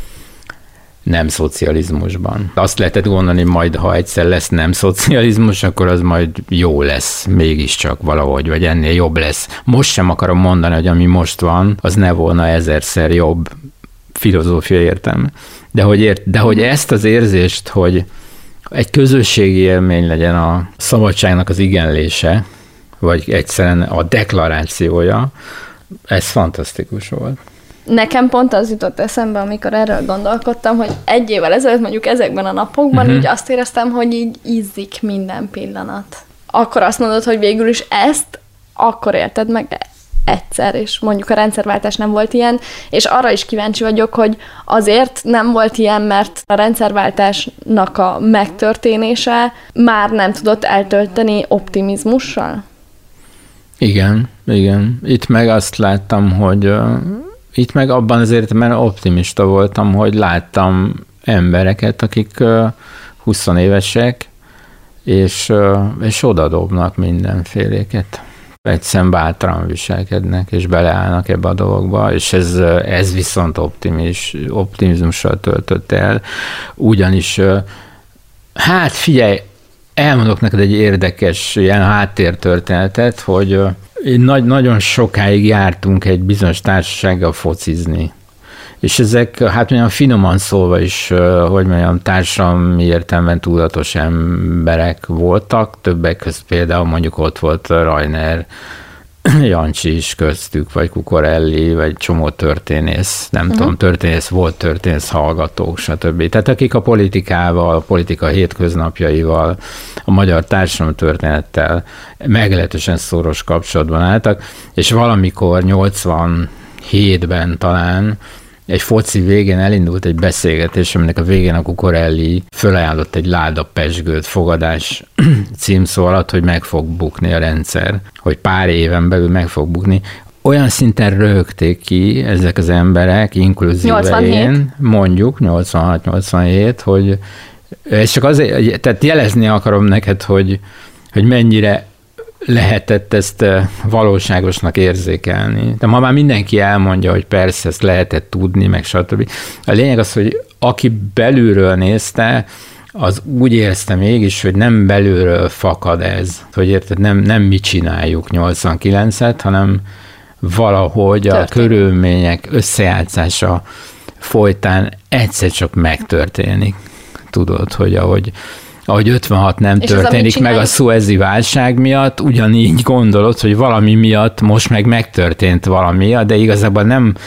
nem szocializmusban. Azt lehetett gondolni, majd ha egyszer lesz nem szocializmus, akkor az majd jó lesz, mégiscsak valahogy, vagy ennél jobb lesz. Most sem akarom mondani, hogy ami most van, az ne volna ezerszer jobb filozófia értelme. De hogy, ért, de hogy ezt az érzést, hogy egy közösségi élmény legyen a szabadságnak az igenlése, vagy egyszerűen a deklarációja, ez fantasztikus volt. Nekem pont az jutott eszembe, amikor erről gondolkodtam, hogy egy évvel ezelőtt, mondjuk ezekben a napokban uh-huh. így azt éreztem, hogy így ízzik minden pillanat. Akkor azt mondod, hogy végül is ezt akkor érted meg egyszer, és mondjuk a rendszerváltás nem volt ilyen, és arra is kíváncsi vagyok, hogy azért nem volt ilyen, mert a rendszerváltásnak a megtörténése már nem tudott eltölteni optimizmussal? Igen, igen. Itt meg azt láttam, hogy Itt meg abban az értelemben optimista voltam, hogy láttam embereket, akik húsz évesek, és, és odadobnak mindenféléket. Egyszerűen bátran viselkednek, és beleállnak ebbe a dologba, és ez, ez viszont optimis, optimizmussal töltött el. Ugyanis, hát figyelj, elmondok neked egy érdekes ilyen háttértörténetet, hogy Nagy, nagyon sokáig jártunk egy bizonyos társasággal focizni. És ezek, hát mondjam, finoman szólva is, hogy mondjam, társadalmi értelemben tudatos emberek voltak, többek között például mondjuk ott volt Rajner Jancsi is köztük, vagy Kukorelli, vagy csomó történész, nem uh-huh. tudom, történész volt, történész hallgatók, stb. Tehát akik a politikával, a politika hétköznapjaival, a magyar társadalom történettel meglehetősen szoros kapcsolatban álltak, és valamikor nyolcvanhétben talán egy foci végén elindult egy beszélgetés, aminek a végén a Kukorelli fölajánlott egy láda pezsgőt fogadás címszó alatt, hogy meg fog bukni a rendszer, hogy pár éven belül meg fog bukni. Olyan szinten röhögték ki ezek az emberek, inkluzíve én, mondjuk nyolcvanhat nyolcvanhét, hogy ez csak azért, tehát jelezni akarom neked, hogy, hogy mennyire lehetett ezt valóságosnak érzékelni. De ma már mindenki elmondja, hogy persze ezt lehetett tudni, meg stb. A lényeg az, hogy aki belülről nézte, az úgy érezte mégis, hogy nem belülről fakad ez. Hogy érted, nem, nem mi csináljuk nyolcvankilencet, hanem valahogy Történt. a körülmények összejátszása folytán egyszer csak megtörténik. Tudod, hogy ahogy ahogy ötvenhat nem és történik az, meg a szuezi válság miatt, ugyanígy gondolod, hogy valami miatt most meg megtörtént valami, de igazából nem,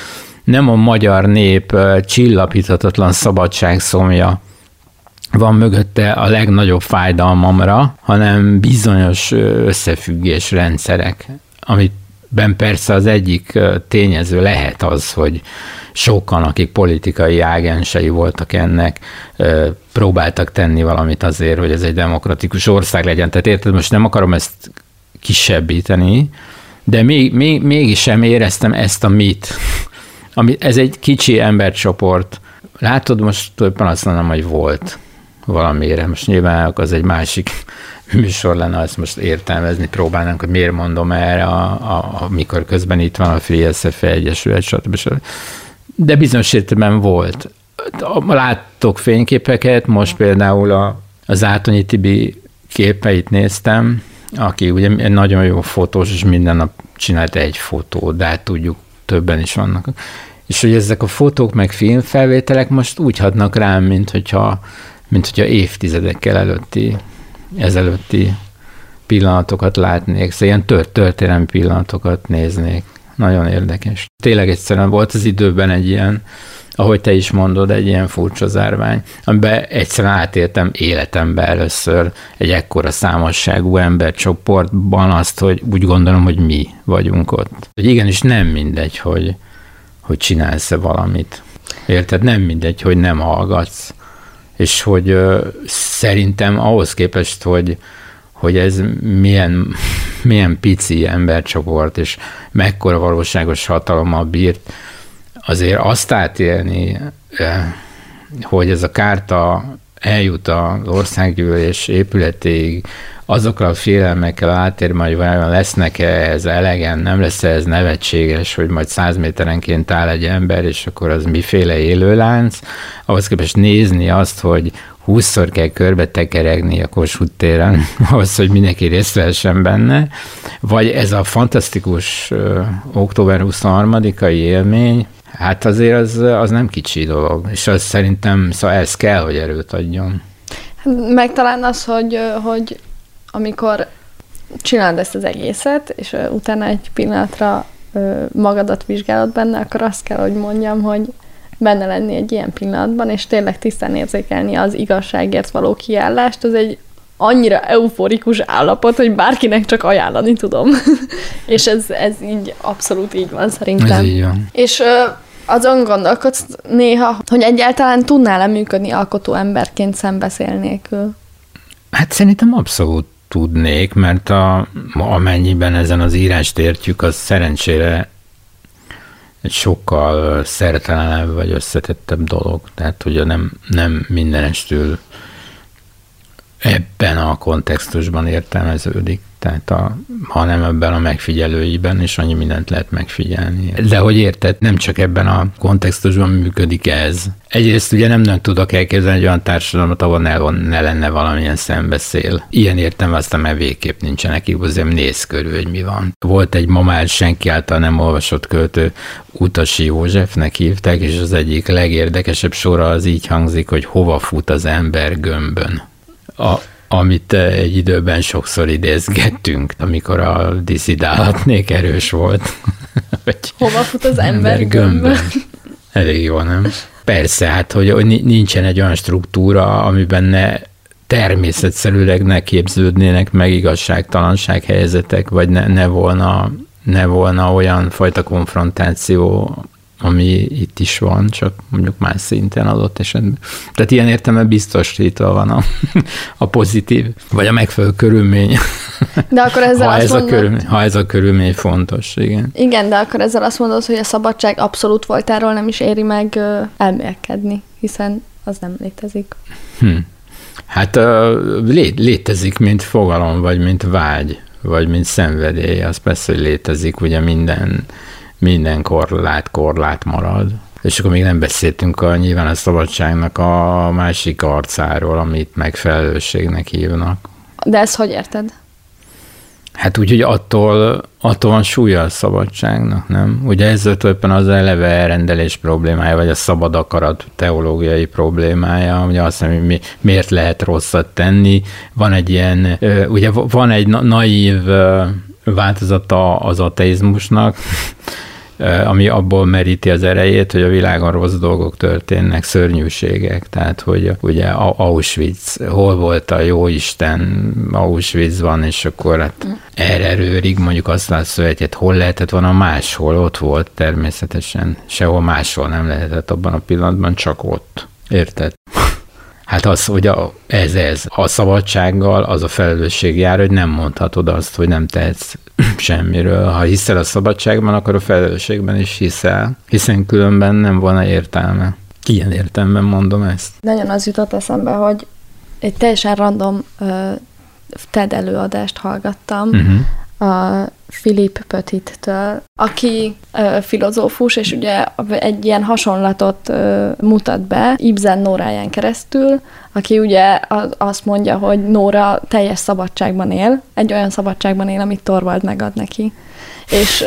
nem a magyar nép csillapíthatatlan szabadságszomja van mögötte a legnagyobb fájdalmamra, hanem bizonyos összefüggés rendszerek, amiben persze az egyik tényező lehet az, hogy sokan, akik politikai ágensei voltak ennek, próbáltak tenni valamit azért, hogy ez egy demokratikus ország legyen. Tehát érted, most nem akarom ezt kisebbíteni, de még, még, mégis sem éreztem ezt a mit. Ami, ez egy kicsi embercsoport. Látod, most tulajdonképpen azt mondom, hogy volt valamire. Most nyilván az egy másik műsor lenne, ezt most értelmezni próbálnánk, hogy miért mondom erre, a, a, amikor közben itt van a Free es ef Egyesület, stb. stb. De bizonyos értelemben volt. Láttok fényképeket, most például a, az Átonyi Tibi képeit néztem, aki ugye nagyon jó fotós, és minden nap csinált egy fotót, de hát tudjuk, többen is vannak. És hogy ezek a fotók meg filmfelvételek most úgy hatnak rám, mint hogyha, mint hogyha évtizedekkel előtti, ezelőtti pillanatokat látnék, szóval ilyen tört, történelmi pillanatokat néznék. Nagyon érdekes. Tényleg egyszerűen volt az időben egy ilyen, ahogy te is mondod, egy ilyen furcsa zárvány, amiben egyszerűen átéltem életemben először egy ekkora számosságú embercsoportban azt, hogy úgy gondolom, hogy mi vagyunk ott. Hogy igenis nem mindegy, hogy, hogy csinálsz-e valamit. Érted? Nem mindegy, hogy nem hallgatsz. És hogy ö, szerintem ahhoz képest, hogy hogy ez milyen, milyen pici embercsoport, és mekkora valóságos hatalommal bírt, azért azt átélni, hogy ez a kárta eljut az országgyűlés épületéig, azokkal a félelmekkel átérve, hogy vajon lesznek-e ez elegen, nem lesz ez nevetséges, hogy majd száz méterenként áll egy ember, és akkor az miféle élőlánc, ahhoz képest nézni azt, hogy húszszor kell körbe tekeregni a Kossuth téren, ahhoz, hogy mindenki részt vehessen benne, vagy ez a fantasztikus uh, október huszonharmadikai élmény, hát azért az, az nem kicsi dolog, és az szerintem, szóval ez kell, hogy erőt adjon. Meg talán az, hogy, hogy amikor csinálod ezt az egészet, és utána egy pillanatra magadat vizsgálod benne, akkor azt kell, hogy mondjam, hogy benne lenni egy ilyen pillanatban, és tényleg tisztán érzékelni az igazságért való kiállást, az egy annyira euforikus állapot, hogy bárkinek csak ajánlani tudom. És ez, ez így abszolút így van szerintem. Ez így van. És azon gondolkodsz néha, hogy egyáltalán tudnál-e működni alkotó emberként szembeszél nélkül? Hát szerintem abszolút tudnék, mert a, amennyiben ezen az írást értjük, az szerencsére egy sokkal szertelenebb vagy összetettebb dolog. Tehát ugye nem, nem mindenestül ebben a kontextusban értelmeződik, tehát a, hanem ebben a megfigyelőiben, és annyi mindent lehet megfigyelni. De hogy érted, nem csak ebben a kontextusban működik ez. Egyrészt ugye nem, nem tudok elképzelni egy olyan társadalmat, ahol ne, ne lenne valamilyen szembeszél. Ilyen értelme aztán már végképp nincsenek, azért néz körül, hogy mi van. Volt egy ma már senki által nem olvasott költő, Utasi Józsefnek hívták, és az egyik legérdekesebb sora az így hangzik, hogy hova fut az ember gömbön. A, amit egy időben sokszor idézgettünk, amikor a disszidálatnék erős volt. Hova fut az ember gömbön? Elég jó, nem? Persze, hát, hogy, hogy nincsen egy olyan struktúra, amiben ne természetszerűleg ne képződnének meg igazságtalanság helyzetek, vagy ne, ne, volna, ne volna olyan fajta konfrontáció, ami itt is van, csak mondjuk más szinten adott esetben. Tehát ilyen értelemben biztosítva van a, a pozitív, vagy a megfelelő körülmény. De akkor ezzel ha, azt ez mondod, a körülmény, ha ez a körülmény fontos, igen. Igen, de akkor ezzel azt mondod, hogy a szabadság abszolút voltáról nem is éri meg elmélkedni, hiszen az nem létezik. Hm. Hát lé, létezik, mint fogalom, vagy mint vágy, vagy mint szenvedély. Az persze, hogy létezik, ugye minden minden korlát, korlát marad. És akkor még nem beszéltünk a, nyilván a szabadságnak a másik arcáról, amit megfelelőségnek hívnak. De ezt hogy érted? Hát úgy, hogy attól, attól van súlya a szabadságnak, nem? Ugye ez tulajdonképpen az eleve elrendelés problémája, vagy a szabad akarat teológiai problémája, ugye azt mondja, hogy mi, miért lehet rosszat tenni. Van egy ilyen, ugye van egy naív változata az ateizmusnak, ami abból meríti az erejét, hogy a világon rossz dolgok történnek, szörnyűségek, tehát hogy ugye Auschwitz, hol volt a jóisten, Auschwitzban, és akkor hát erre rőrig mondjuk azt látszó, hogy hát hol lehetett volna máshol, ott volt természetesen, sehol máshol nem lehetett abban a pillanatban, csak ott. Érted? Hát az, hogy a, ez, ez. A szabadsággal az a felelősség jár, hogy nem mondhatod azt, hogy nem tehetsz semmiről. Ha hiszel a szabadságban, akkor a felelősségben is hiszel, hiszen különben nem volna értelme. Ilyen értelemben mondom ezt. Nagyon az jutott eszembe, hogy egy teljesen random uh, TED előadást hallgattam, uh-huh. a Philip Pettit-től, aki ö, filozófus, és ugye egy ilyen hasonlatot ö, mutat be Ibsen Nóráján keresztül, aki ugye az, azt mondja, hogy Nóra teljes szabadságban él, egy olyan szabadságban él, amit Torvald megad neki. És,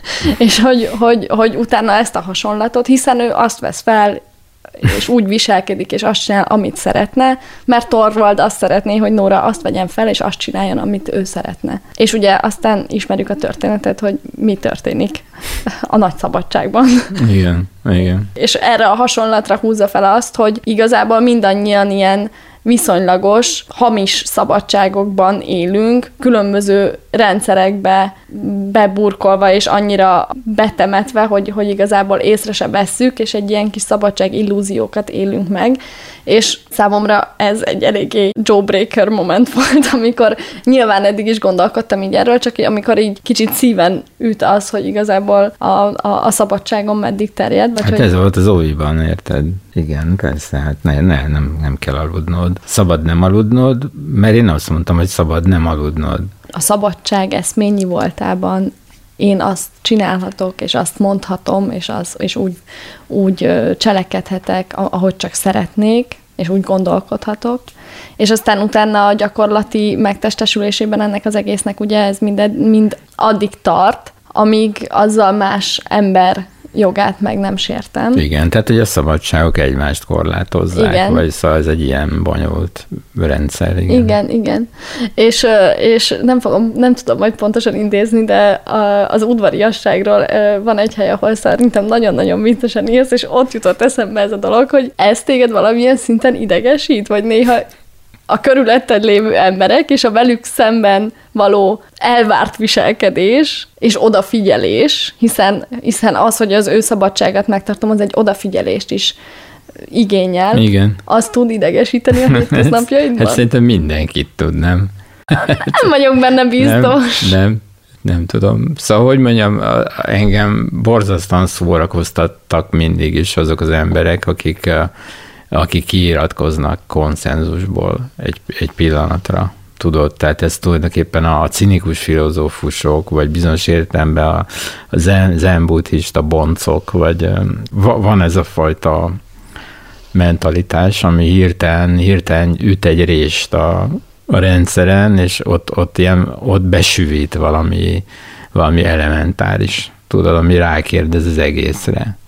és hogy, hogy, hogy utána ezt a hasonlatot, hiszen ő azt vesz fel, és úgy viselkedik, és azt csinál, amit szeretne, mert Torvald azt szeretné, hogy Nóra azt vegyen fel, és azt csináljon, amit ő szeretne. És ugye aztán ismerjük a történetet, hogy mi történik a nagy szabadságban. Igen, igen. És erre a hasonlatra húzza fel azt, hogy igazából mindannyian ilyen viszonylagos, hamis szabadságokban élünk, különböző rendszerekbe beburkolva és annyira betemetve, hogy, hogy igazából észre se vesszük, és egy ilyen kis szabadság illúziókat élünk meg, és számomra ez egy eléggé jawbreaker moment volt, amikor nyilván eddig is gondolkodtam így erről, csak amikor így kicsit szíven üt az, hogy igazából a, a, a szabadságom meddig terjed. Vagy hát hogy... ez volt az óviban, érted? Igen, persze, hát ne, ne, nem, nem kell aludnod. Szabad nem aludnod, mert én azt mondtam, hogy szabad nem aludnod. A szabadság eszményi voltában én azt csinálhatok, és azt mondhatom, és, az, és úgy, úgy cselekedhetek, ahogy csak szeretnék, és úgy gondolkodhatok. És aztán utána a gyakorlati megtestesülésében ennek az egésznek ugye ez mind, mind addig tart, amíg azzal más ember jogát meg nem sértem. Igen, tehát hogy a szabadságok egymást korlátozzák, igen. Vagy szóval ez egy ilyen bonyolult rendszer. Igen, igen. igen. És, és nem, fogom, nem tudom majd pontosan idézni, de az udvariasságról van egy hely, ahol szerintem nagyon-nagyon viccesen írsz, és ott jutott eszembe ez a dolog, hogy ez téged valamilyen szinten idegesít, vagy néha a körülötted lévő emberek, és a velük szemben való elvárt viselkedés, és odafigyelés, hiszen, hiszen az, hogy az ő szabadságát megtartom, az egy odafigyelést is igényel. Igen. Az tud idegesíteni a hétköznapjaidban? Hát szerintem mindenkit tud, nem? Nem vagyok benne biztos. Nem, nem, nem tudom. Szóval, hogy mondjam, engem borzasztóan szórakoztattak mindig is azok az emberek, akik akik kiiratkoznak konszenzusból egy, egy pillanatra, tudod, tehát ez tulajdonképpen a cinikus filozófusok, vagy bizonyos értelemben a, a zen, zen buddhista boncok, vagy van ez a fajta mentalitás, ami hirtelen, hirtelen üt egy rést a, a rendszeren, és ott, ott, ilyen, ott besüvít valami, valami elementáris, tudod, ami rákérdez az egészre.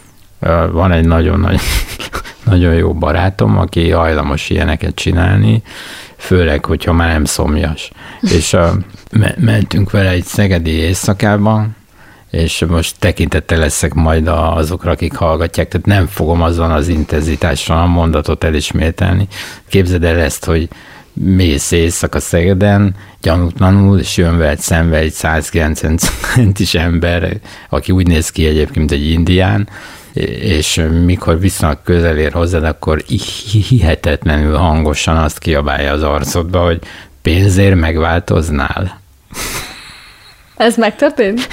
Van egy nagyon nagy nagyon jó barátom, aki hajlamos ilyeneket csinálni, főleg, hogyha már nem szomjas. És a, me- mentünk vele egy szegedi éjszakába, és most tekintettel leszek majd azokra, akik hallgatják, tehát nem fogom azon az intenzitással a mondatot elismételni. Képzeld el ezt, hogy mész éjszaka Szegeden, gyanútlanul, és jön veled szembe egy száz kilencven centis ember, aki úgy néz ki egyébként, mint egy indián, és mikor viszonylag közel ér hozzád, akkor hihetetlenül hangosan azt kiabálja az arcodba, hogy pénzért megváltoznál. Ez megtörtént?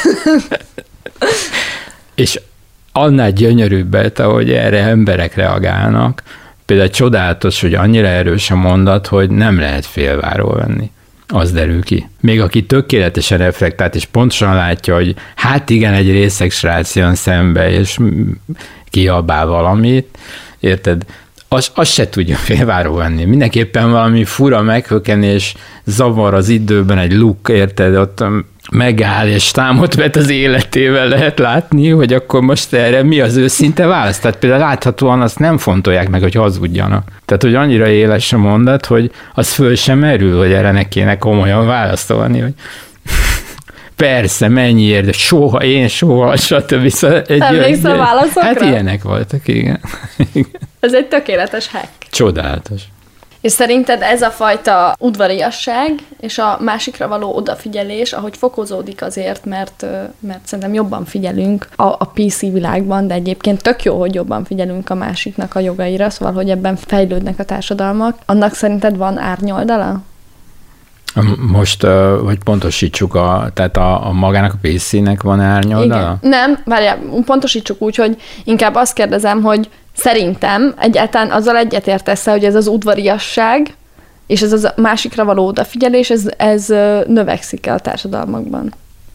És annál gyönyörűbb, ahogy erre emberek reagálnak, például csodálatos, hogy annyira erős a mondat, hogy nem lehet félváról venni. Az derül ki. Még aki tökéletesen reflektált, és pontosan látja, hogy hát igen, egy részeg srác jön szembe, és kiabál valamit, érted? Az, az se tudja félváról venni. Mindenképpen valami fura meghökkenés, zavar az időben, egy luk, érted? Ott megáll és támot vet az életével, lehet látni, hogy akkor most erre mi az őszinte válasz. Tehát például láthatóan azt nem fontolják meg, hogy hazudjanak. Tehát, hogy annyira éles a mondat, hogy az föl sem merül, hogy erre ne kéne komolyan válaszolni, hogy persze, mennyiért, de soha, én soha, stb. Szóval emlékszel a válaszokra? Hát ilyenek voltak, igen. Ez egy tökéletes hack. Csodálatos. És szerinted ez a fajta udvariasság és a másikra való odafigyelés, ahogy fokozódik azért, mert, mert szerintem jobban figyelünk a, a pé cé világban, de egyébként tök jó, hogy jobban figyelünk a másiknak a jogaira, szóval, hogy ebben fejlődnek a társadalmak. Annak szerinted van árnyoldala? Most, hogy pontosítsuk, a, tehát a, a magának a pé cének van árnyoldala? Igen. Nem, várjál, pontosítsuk úgy, hogy inkább azt kérdezem, hogy szerintem egyáltalán azzal egyetértesz-e, hogy ez az udvariasság, és ez a másikra való odafigyelés, ez, ez növekszik-e a társadalmakban?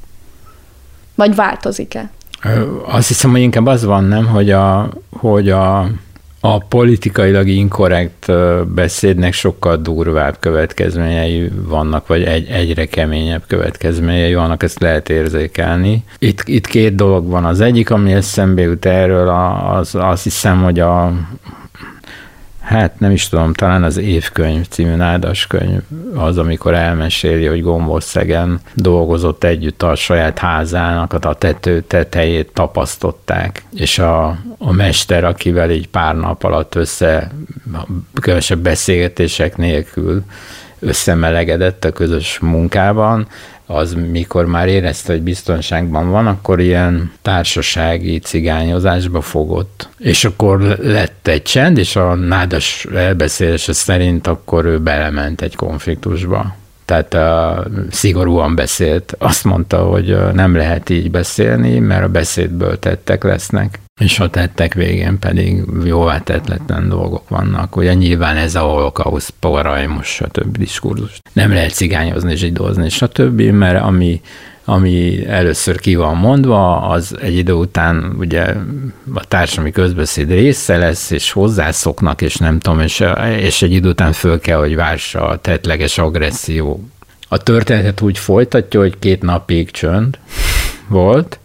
Vagy változik-e? Azt hiszem, hogy inkább az van, nem, hogy a, hogy a, a politikailag inkorrekt beszédnek sokkal durvább következményei vannak, vagy egy, egyre keményebb következményei vannak, ezt lehet érzékelni. Itt, itt két dolog van. Az egyik, ami eszembe jut erről, az, azt hiszem, hogy a hát nem is tudom, talán az Évkönyv című nádas könyv az, amikor elmeséli, hogy Gombországen dolgozott együtt a saját házának, a tető tetejét tapasztották, és a, a mester, akivel így pár nap alatt össze, kevesebb beszélgetések nélkül összemelegedett a közös munkában, az mikor már érezte, hogy biztonságban van, akkor ilyen társasági cigányozásba fogott. És akkor lett egy csend, és a nádas elbeszélése szerint akkor ő belement egy konfliktusba. Tehát uh, szigorúan beszélt. Azt mondta, hogy uh, nem lehet így beszélni, mert a beszédből tettek lesznek, és a tettek végén pedig jóvá tetletlen dolgok vannak. Ugye nyilván ez a holokauszt, porajmos, stb. Diskurzus. Nem lehet cigányozni, zsidózni, stb., mert ami, ami először ki van mondva, az egy idő után ugye a társadalmi közbeszéd része lesz, és hozzászoknak, és nem tudom, és, és egy idő után föl kell, hogy vársa a tettleges agresszió. A történetet úgy folytatja, hogy két napig csönd volt,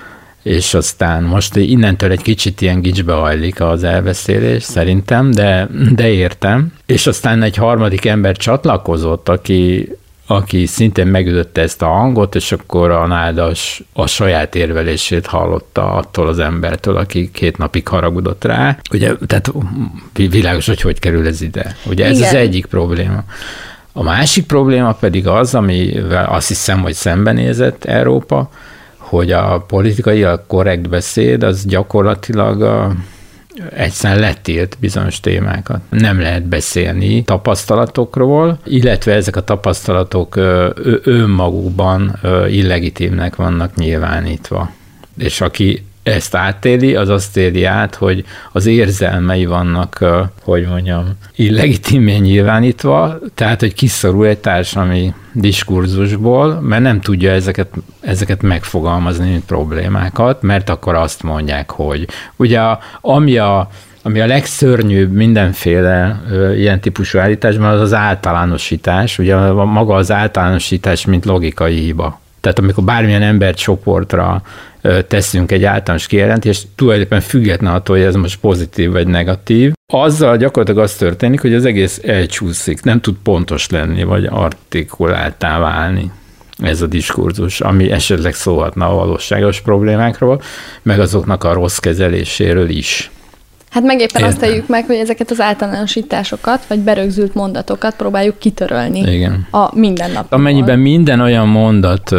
és aztán most innentől egy kicsit ilyen gicsbe hajlik az elbeszélés, szerintem, de, de értem. És aztán egy harmadik ember csatlakozott, aki, aki szintén megütötte ezt a hangot, és akkor a nádas a saját érvelését hallotta attól az embertől, aki két napig haragudott rá. Ugye, tehát világos, hogy hogy kerül ez ide. Ugye ez Igen. az egyik probléma. A másik probléma pedig az, amivel azt hiszem, hogy szembenézett Európa, hogy a politikai, a korrekt beszéd az gyakorlatilag a, egyszerűen letilt bizonyos témákat. Nem lehet beszélni tapasztalatokról, illetve ezek a tapasztalatok ö, önmagukban ö, illegitimnek vannak nyilvánítva. És aki ezt átéli, az azt éli át, hogy az érzelmei vannak, hogy mondjam, illegitimén nyilvánítva, tehát, hogy kiszorul egy társadalmi diskurzusból, mert nem tudja ezeket, ezeket megfogalmazni, mint problémákat, mert akkor azt mondják, hogy ugye ami a Ami a legszörnyűbb mindenféle ö, ilyen típusú állításban, az az általánosítás, ugye maga az általánosítás, mint logikai hiba. Tehát amikor bármilyen embercsoportra teszünk egy általános kijelentést, tulajdonképpen független attól, hogy ez most pozitív vagy negatív, azzal gyakorlatilag az történik, hogy az egész elcsúszik, nem tud pontos lenni, vagy artikuláltá válni ez a diskurzus, ami esetleg szólhatna a valóságos problémákról, meg azoknak a rossz kezeléséről is. Hát meg éppen Értem. Azt teljük meg, hogy ezeket az általánosításokat, vagy berögzült mondatokat próbáljuk kitörölni Igen. a mindennapokból. Amennyiben minden olyan mondat,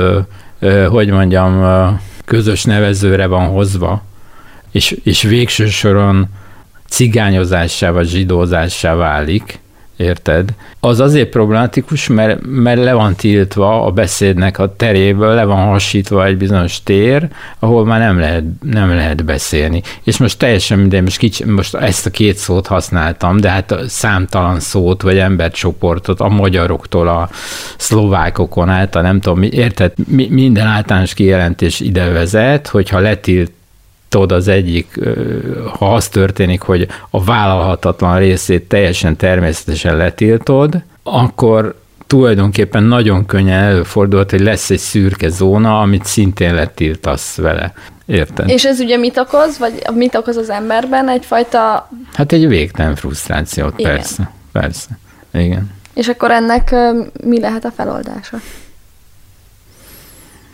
hogy mondjam, közös nevezőre van hozva, és, és végső soron cigányozássá vagy zsidózássá válik, érted? Az azért problematikus, mert, mert le van tiltva a beszédnek a teréből, le van hasítva egy bizonyos tér, ahol már nem lehet, nem lehet beszélni. És most teljesen minden, most, kicsi, most ezt a két szót használtam, de hát számtalan szót, vagy embercsoportot, a magyaroktól a szlovákokon át, a nem tudom, érted? Minden általános kijelentés ide vezet, hogyha letilt tudod, az egyik, ha az történik, hogy a vállalhatatlan részét teljesen természetesen letiltod, akkor tulajdonképpen nagyon könnyen előfordulhat, hogy lesz egy szürke zóna, amit szintén letiltasz vele. Érted? És ez ugye mit okoz, vagy mit okoz az emberben? Egyfajta... Hát egy végtelen frusztrációt, Igen. persze. Persze. Igen. És akkor ennek mi lehet a feloldása?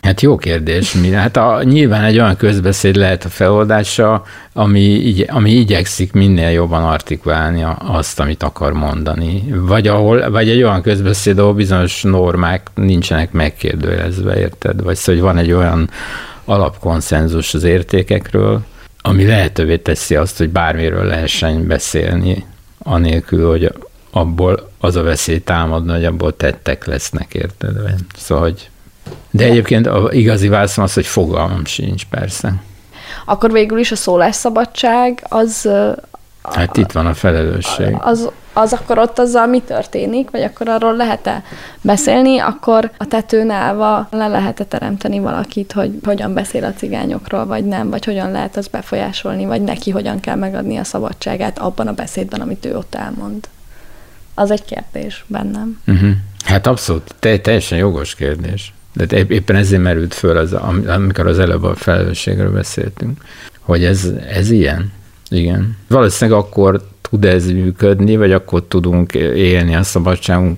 Hát jó kérdés. Mi? Hát a, nyilván egy olyan közbeszéd lehet a feloldása, ami, igy, ami igyekszik minél jobban artikulálni azt, amit akar mondani. Vagy, ahol, vagy egy olyan közbeszéd, ahol bizonyos normák nincsenek megkérdőjelezve, érted? Vagy szóval, hogy van egy olyan alapkonszenzus az értékekről, ami lehetővé teszi azt, hogy bármiről lehessen beszélni, anélkül, hogy abból az a veszély támadna, hogy abból tettek lesznek, érted? Szóval, hogy de egyébként az igazi válaszom az, hogy fogalmam sincs, persze. Akkor végül is a szólásszabadság az... Hát itt van a felelősség. Az, az akkor ott azzal mi történik, vagy akkor arról lehet-e beszélni, akkor a tetőn állva le lehet-e teremteni valakit, hogy hogyan beszél a cigányokról, vagy nem, vagy hogyan lehet az befolyásolni, vagy neki hogyan kell megadni a szabadságát abban a beszédben, amit ő ott elmond. Az egy kérdés bennem. Uh-huh. Hát abszolút, te, teljesen jogos kérdés. De éppen ezért merült föl, az, amikor az előbb a felelősségről beszéltünk, hogy ez, ez ilyen. Igen. Valószínűleg akkor tud ez működni, vagy akkor tudunk élni a szabadságunkkal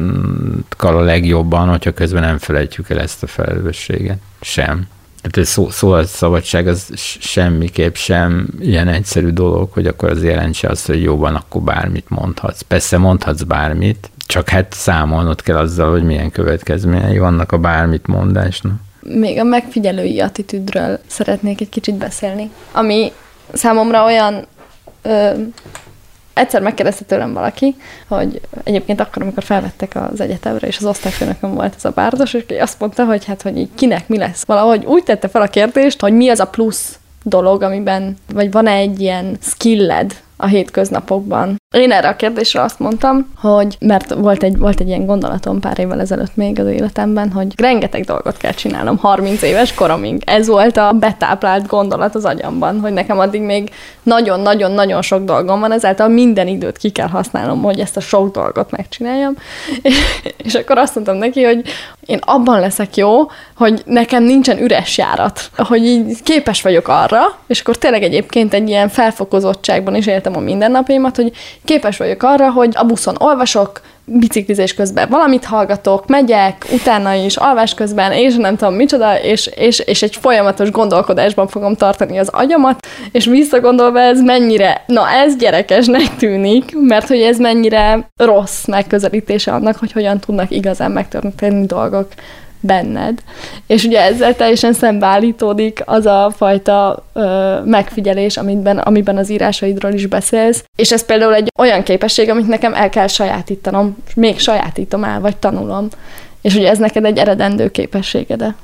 a legjobban, hogyha közben nem felejtjük el ezt a felelősséget. Sem. Tehát a szó, szó a szabadság az semmiképp sem ilyen egyszerű dolog, hogy akkor az jelentse azt, hogy jóban, akkor bármit mondhatsz. Persze mondhatsz bármit, csak hát számolnod kell azzal, hogy milyen következményei vannak a bármit mondásnak. Még a megfigyelői attitűdről szeretnék egy kicsit beszélni, ami számomra olyan... Ö, egyszer megkérdezte tőlem valaki, hogy egyébként akkor, amikor felvettek az egyetemre, és az osztályfőnökön volt ez a bárdos, és azt mondta, hogy hát, hogy így kinek mi lesz. Valahogy úgy tette fel a kérdést, hogy mi az a plusz dolog, amiben, vagy van-e egy ilyen skilled a hétköznapokban. Én erre a kérdésre azt mondtam, hogy mert volt egy, volt egy ilyen gondolatom pár évvel ezelőtt még az életemben, hogy rengeteg dolgot kell csinálnom harminc éves koromig. Ez volt a betáplált gondolat az agyamban, hogy nekem addig még nagyon-nagyon-nagyon sok dolgom van, ezáltal minden időt ki kell használnom, hogy ezt a sok dolgot megcsináljam. És, és akkor azt mondtam neki, hogy én abban leszek jó, hogy nekem nincsen üres járat, hogy így képes vagyok arra, és akkor tényleg egyébként egy ilyen felfokozottságban is éltem a mindennapjaimat, hogy képes vagyok arra, hogy a buszon olvasok, biciklizés közben valamit hallgatok, megyek, utána is alvás közben, és nem tudom micsoda, és, és, és egy folyamatos gondolkodásban fogom tartani az agyamat, és visszagondolva ez mennyire, na ez gyerekesnek tűnik, mert hogy ez mennyire rossz megközelítése annak, hogy hogyan tudnak igazán megtörténni dolgok benned. És ugye ezzel teljesen szembeállítódik az a fajta ö, megfigyelés, amiben, amiben az írásaidról is beszélsz. És ez például egy olyan képesség, amit nekem el kell sajátítanom, még sajátítom el, vagy tanulom. És ugye ez neked egy eredendő képességed.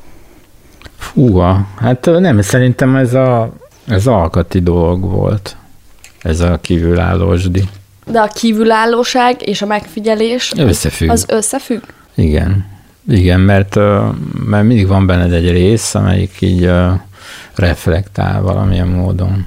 Fúha, hát nem, szerintem ez a ez alkati dolog volt. Ez a kívülállósdi. De a kívülállóság és a megfigyelés összefügg. Az összefügg? Igen. Igen, mert, mert mindig van benned egy rész, amelyik így reflektál valamilyen módon.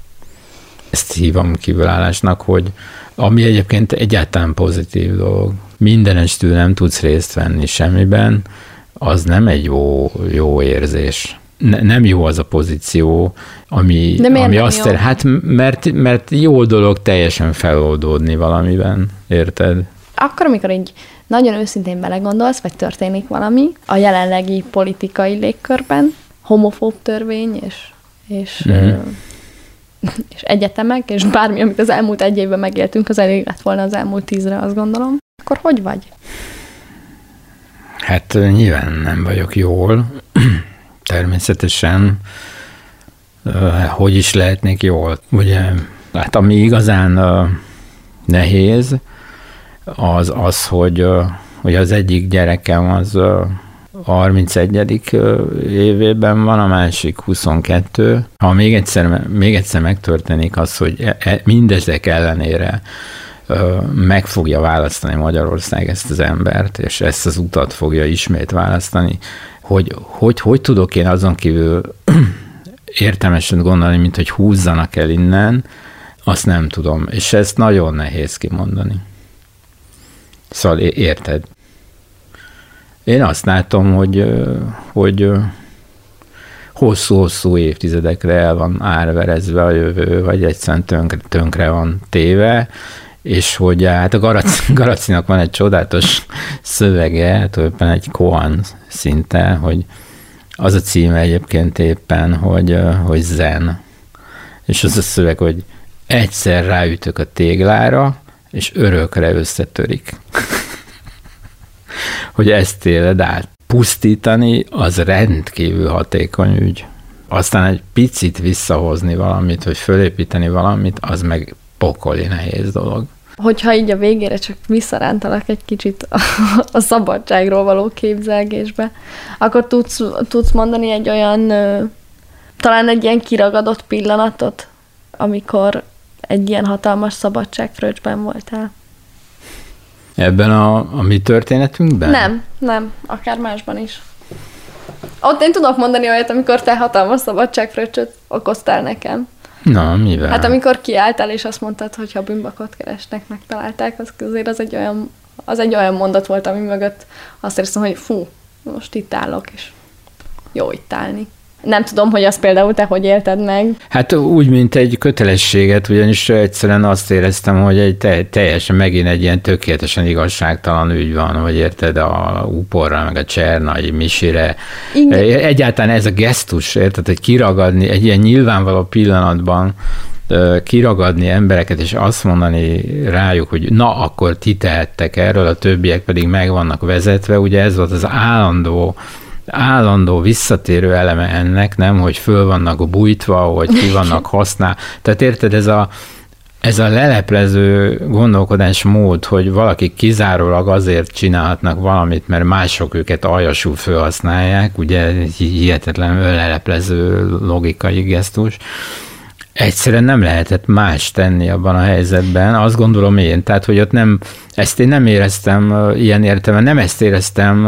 Ezt hívom kívülállásnak, hogy ami egyébként egyáltalán pozitív dolog. Mindenestül nem tudsz részt venni semmiben, az nem egy jó, jó érzés. Ne, nem jó az a pozíció, ami, ami azt ér, hát mert, mert jó dolog teljesen feloldódni valamiben, érted? Akkor, amikor így nagyon őszintén belegondolsz, vagy történik valami a jelenlegi politikai légkörben, homofób törvény, és, és, mm. ö, és egyetemek, és bármi, amit az elmúlt egy évben megéltünk, az elég lett volna az elmúlt tízre, azt gondolom. Akkor hogy vagy? Hát nyilván nem vagyok jól. Természetesen hogy is lehetnék jól? Ugye, hát ami igazán nehéz, az az, hogy, hogy az egyik gyerekem az harmincegyedik évében van, a másik huszonkettő. Ha még egyszer, még egyszer megtörténik az, hogy mindezek ellenére meg fogja választani Magyarország ezt az embert, és ezt az utat fogja ismét választani, hogy hogy, hogy tudok én azon kívül értelmesen gondolni, mint hogy húzzanak el innen, azt nem tudom, és ezt nagyon nehéz kimondani. Szóval érted? Én azt látom, hogy, hogy hosszú-hosszú évtizedekre el van árverezve a jövő, vagy egyszerűen tönkre, tönkre van téve, és hogy hát a Garaci, Garacinak van egy csodálatos szövege, tulajdonképpen egy koan szinte, hogy Az a címe egyébként éppen, hogy, hogy zen. És az a szöveg, hogy egyszer ráütök a téglára, és örökre összetörik. Hogy ezt éled át. Pusztítani az rendkívül hatékony ügy. Aztán egy picit visszahozni valamit, vagy fölépíteni valamit, az meg pokoli nehéz dolog. Hogyha így a végére csak visszarántalak egy kicsit a, a szabadságról való képzelgésbe, akkor tudsz, tudsz mondani egy olyan, talán egy ilyen kiragadott pillanatot, amikor egy ilyen hatalmas szabadságfröccsben voltál? Ebben a, a mi történetünkben? Nem, nem, akár másban is. Ott én tudok mondani olyat, amikor te hatalmas szabadságfröccsöt okoztál nekem. Na, mivel? Hát amikor kiálltál, és azt mondtad, hogy ha bűnbakot keresnek, megtalálták, az azért az egy olyan, az egy olyan mondat volt, ami mögött azt éreztem, hogy fú, most itt állok, és jó itt állni. Nem tudom, hogy azt például te hogy élted meg. Hát úgy, mint egy kötelességet, ugyanis egyszerűen azt éreztem, hogy egy te- teljesen megint egy ilyen tökéletesen igazságtalan ügy van, hogy érted, a Uporra, meg a Csernai Misire. Igen. Egyáltalán ez a gesztus, érted, hogy kiragadni egy ilyen nyilvánvaló pillanatban, kiragadni embereket, és azt mondani rájuk, hogy na, akkor ti tehettek erről, a többiek pedig meg vannak vezetve, ugye ez volt az állandó állandó visszatérő eleme ennek, nem, hogy föl vannak bújtva, hogy ki vannak használ. Tehát érted, ez a, ez a leleplező gondolkodásmód, hogy valaki kizárólag azért csinálhatnak valamit, mert mások őket aljasul felhasználják, ugye hihetetlen leleplező logikai gesztus. Egyszerűen nem lehetett más tenni abban a helyzetben, azt gondolom én, tehát, hogy ott nem, ezt én nem éreztem ilyen értelemben, nem ezt éreztem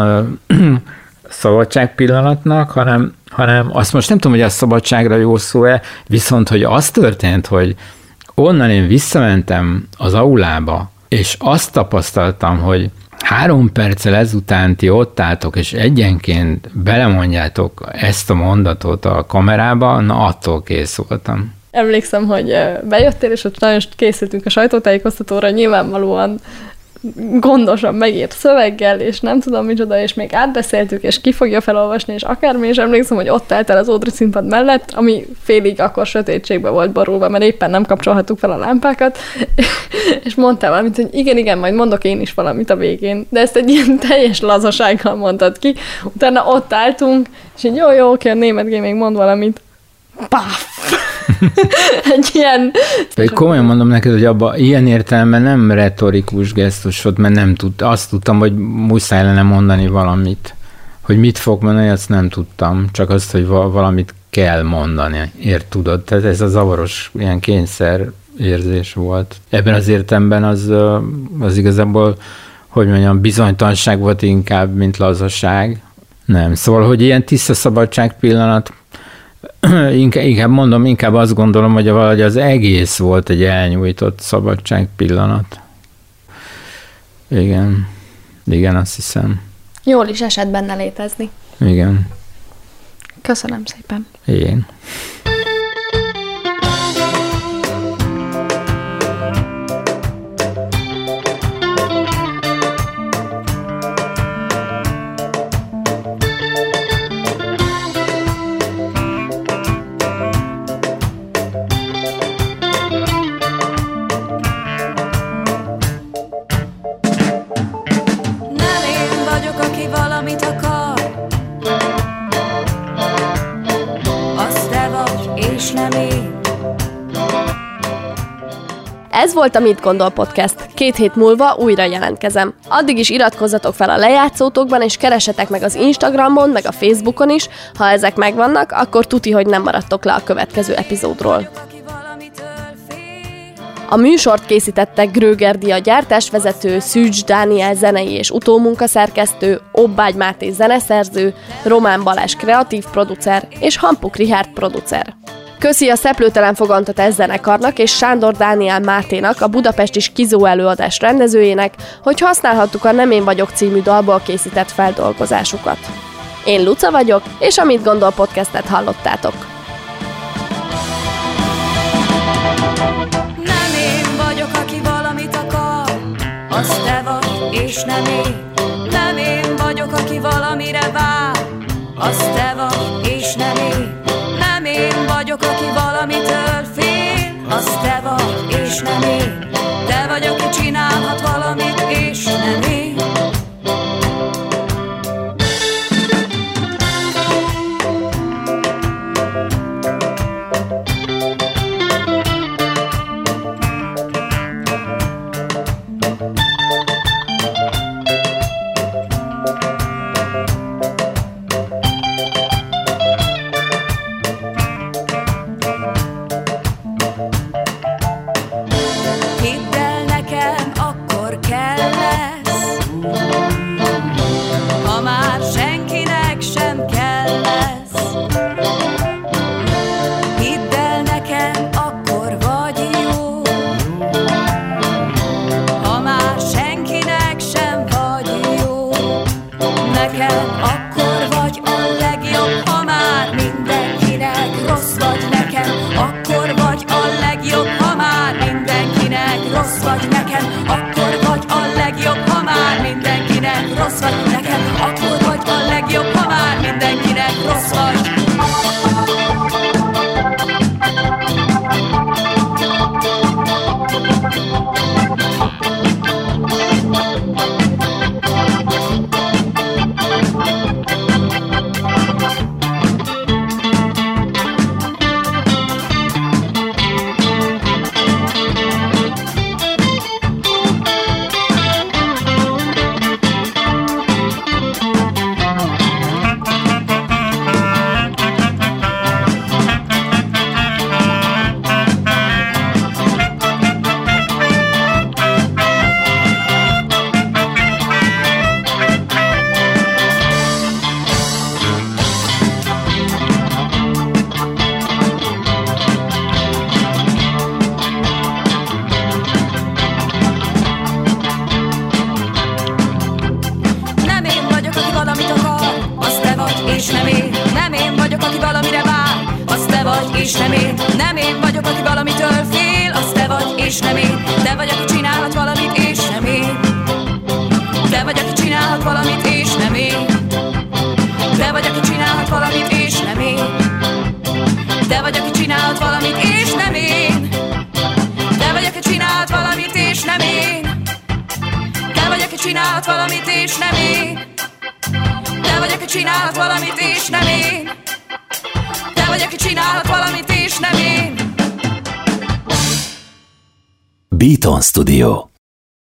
szabadság pillanatnak, hanem, hanem azt most nem tudom, hogy a szabadságra jó szó-e, viszont, hogy az történt, hogy onnan én visszamentem az aulába, és azt tapasztaltam, hogy három perccel ezután ti ott álltok, és egyenként belemondjátok ezt a mondatot a kamerába, na attól kész voltam. Emlékszem, hogy bejöttél, és ott nagyon készültünk a sajtótájékoztatóra, nyilvánvalóan gondosan megírt szöveggel, és nem tudom micsoda, és még átbeszéltük, és ki fogja felolvasni, és akármi, és emlékszem, hogy ott álltál az Ódri színpad mellett, ami félig akkor sötétségbe volt borulva, mert éppen nem kapcsolhattuk fel a lámpákat, és mondtál valamit, hogy igen, igen, majd mondok én is valamit a végén, de ezt egy ilyen teljes lazasággal mondtad ki, utána ott álltunk, és így jó, jó, oké, a német gé még mond valamit, páff! Egy ilyen... Pedig komolyan mondom neked, hogy abban ilyen értelemben nem retorikus gesztus volt, mert nem tud, azt tudtam, hogy muszáj lenne mondani valamit. Hogy mit fog mondani, azt nem tudtam. Csak azt, hogy valamit kell mondani. Ért tudod? Tehát ez a zavaros ilyen kényszer érzés volt. Ebben az értelemben az, az igazából, hogy mondjam, bizonytalanság volt inkább, mint lazaság. Nem. Szóval, hogy ilyen tiszta szabadság pillanat, inkább mondom, inkább azt gondolom, hogy valahogy az egész volt egy elnyújtott szabadság pillanat. Igen. Igen, azt hiszem. Jól is esett benne létezni. Igen. Köszönöm szépen. Én. Ez volt a Mit Gondol Podcast. Két hét múlva újra jelentkezem. Addig is iratkozzatok fel a lejátszótokban, és keressetek meg az Instagramon, meg a Facebookon is. Ha ezek megvannak, akkor tuti, hogy nem maradtok le a következő epizódról. A műsort készítettek Grögerdi a gyártásvezető, Szűcs Dániel zenei és utómunkaszerkesztő, Obbágy Máté zeneszerző, Román Balázs kreatív producer és Hampuk Richárd producer. Köszi a Szeplőtelen Fogantatás zenekarnak és Sándor Dániel Máténak, a Budapesti Skizó előadás rendezőjének, hogy használhattuk a Nem én vagyok című dalból készített feldolgozásukat. Én Luca vagyok, és a Mit Gondol Podcastet hallottátok. Nem én vagyok, aki valamit akar, az te vagy, és nem én. Nem én vagyok, aki valamire vár, az te vagy, és nem én. Nem én vagyok, aki valamitől fél, az te vagy, és nem én. Te vagy, aki csinálhat valamit, és nem én. csinált valamit, és nem én. Te vagy, aki csinált valamit, és nem én. Te vagy, aki csinált valamit, és nem én. Beaton Studio.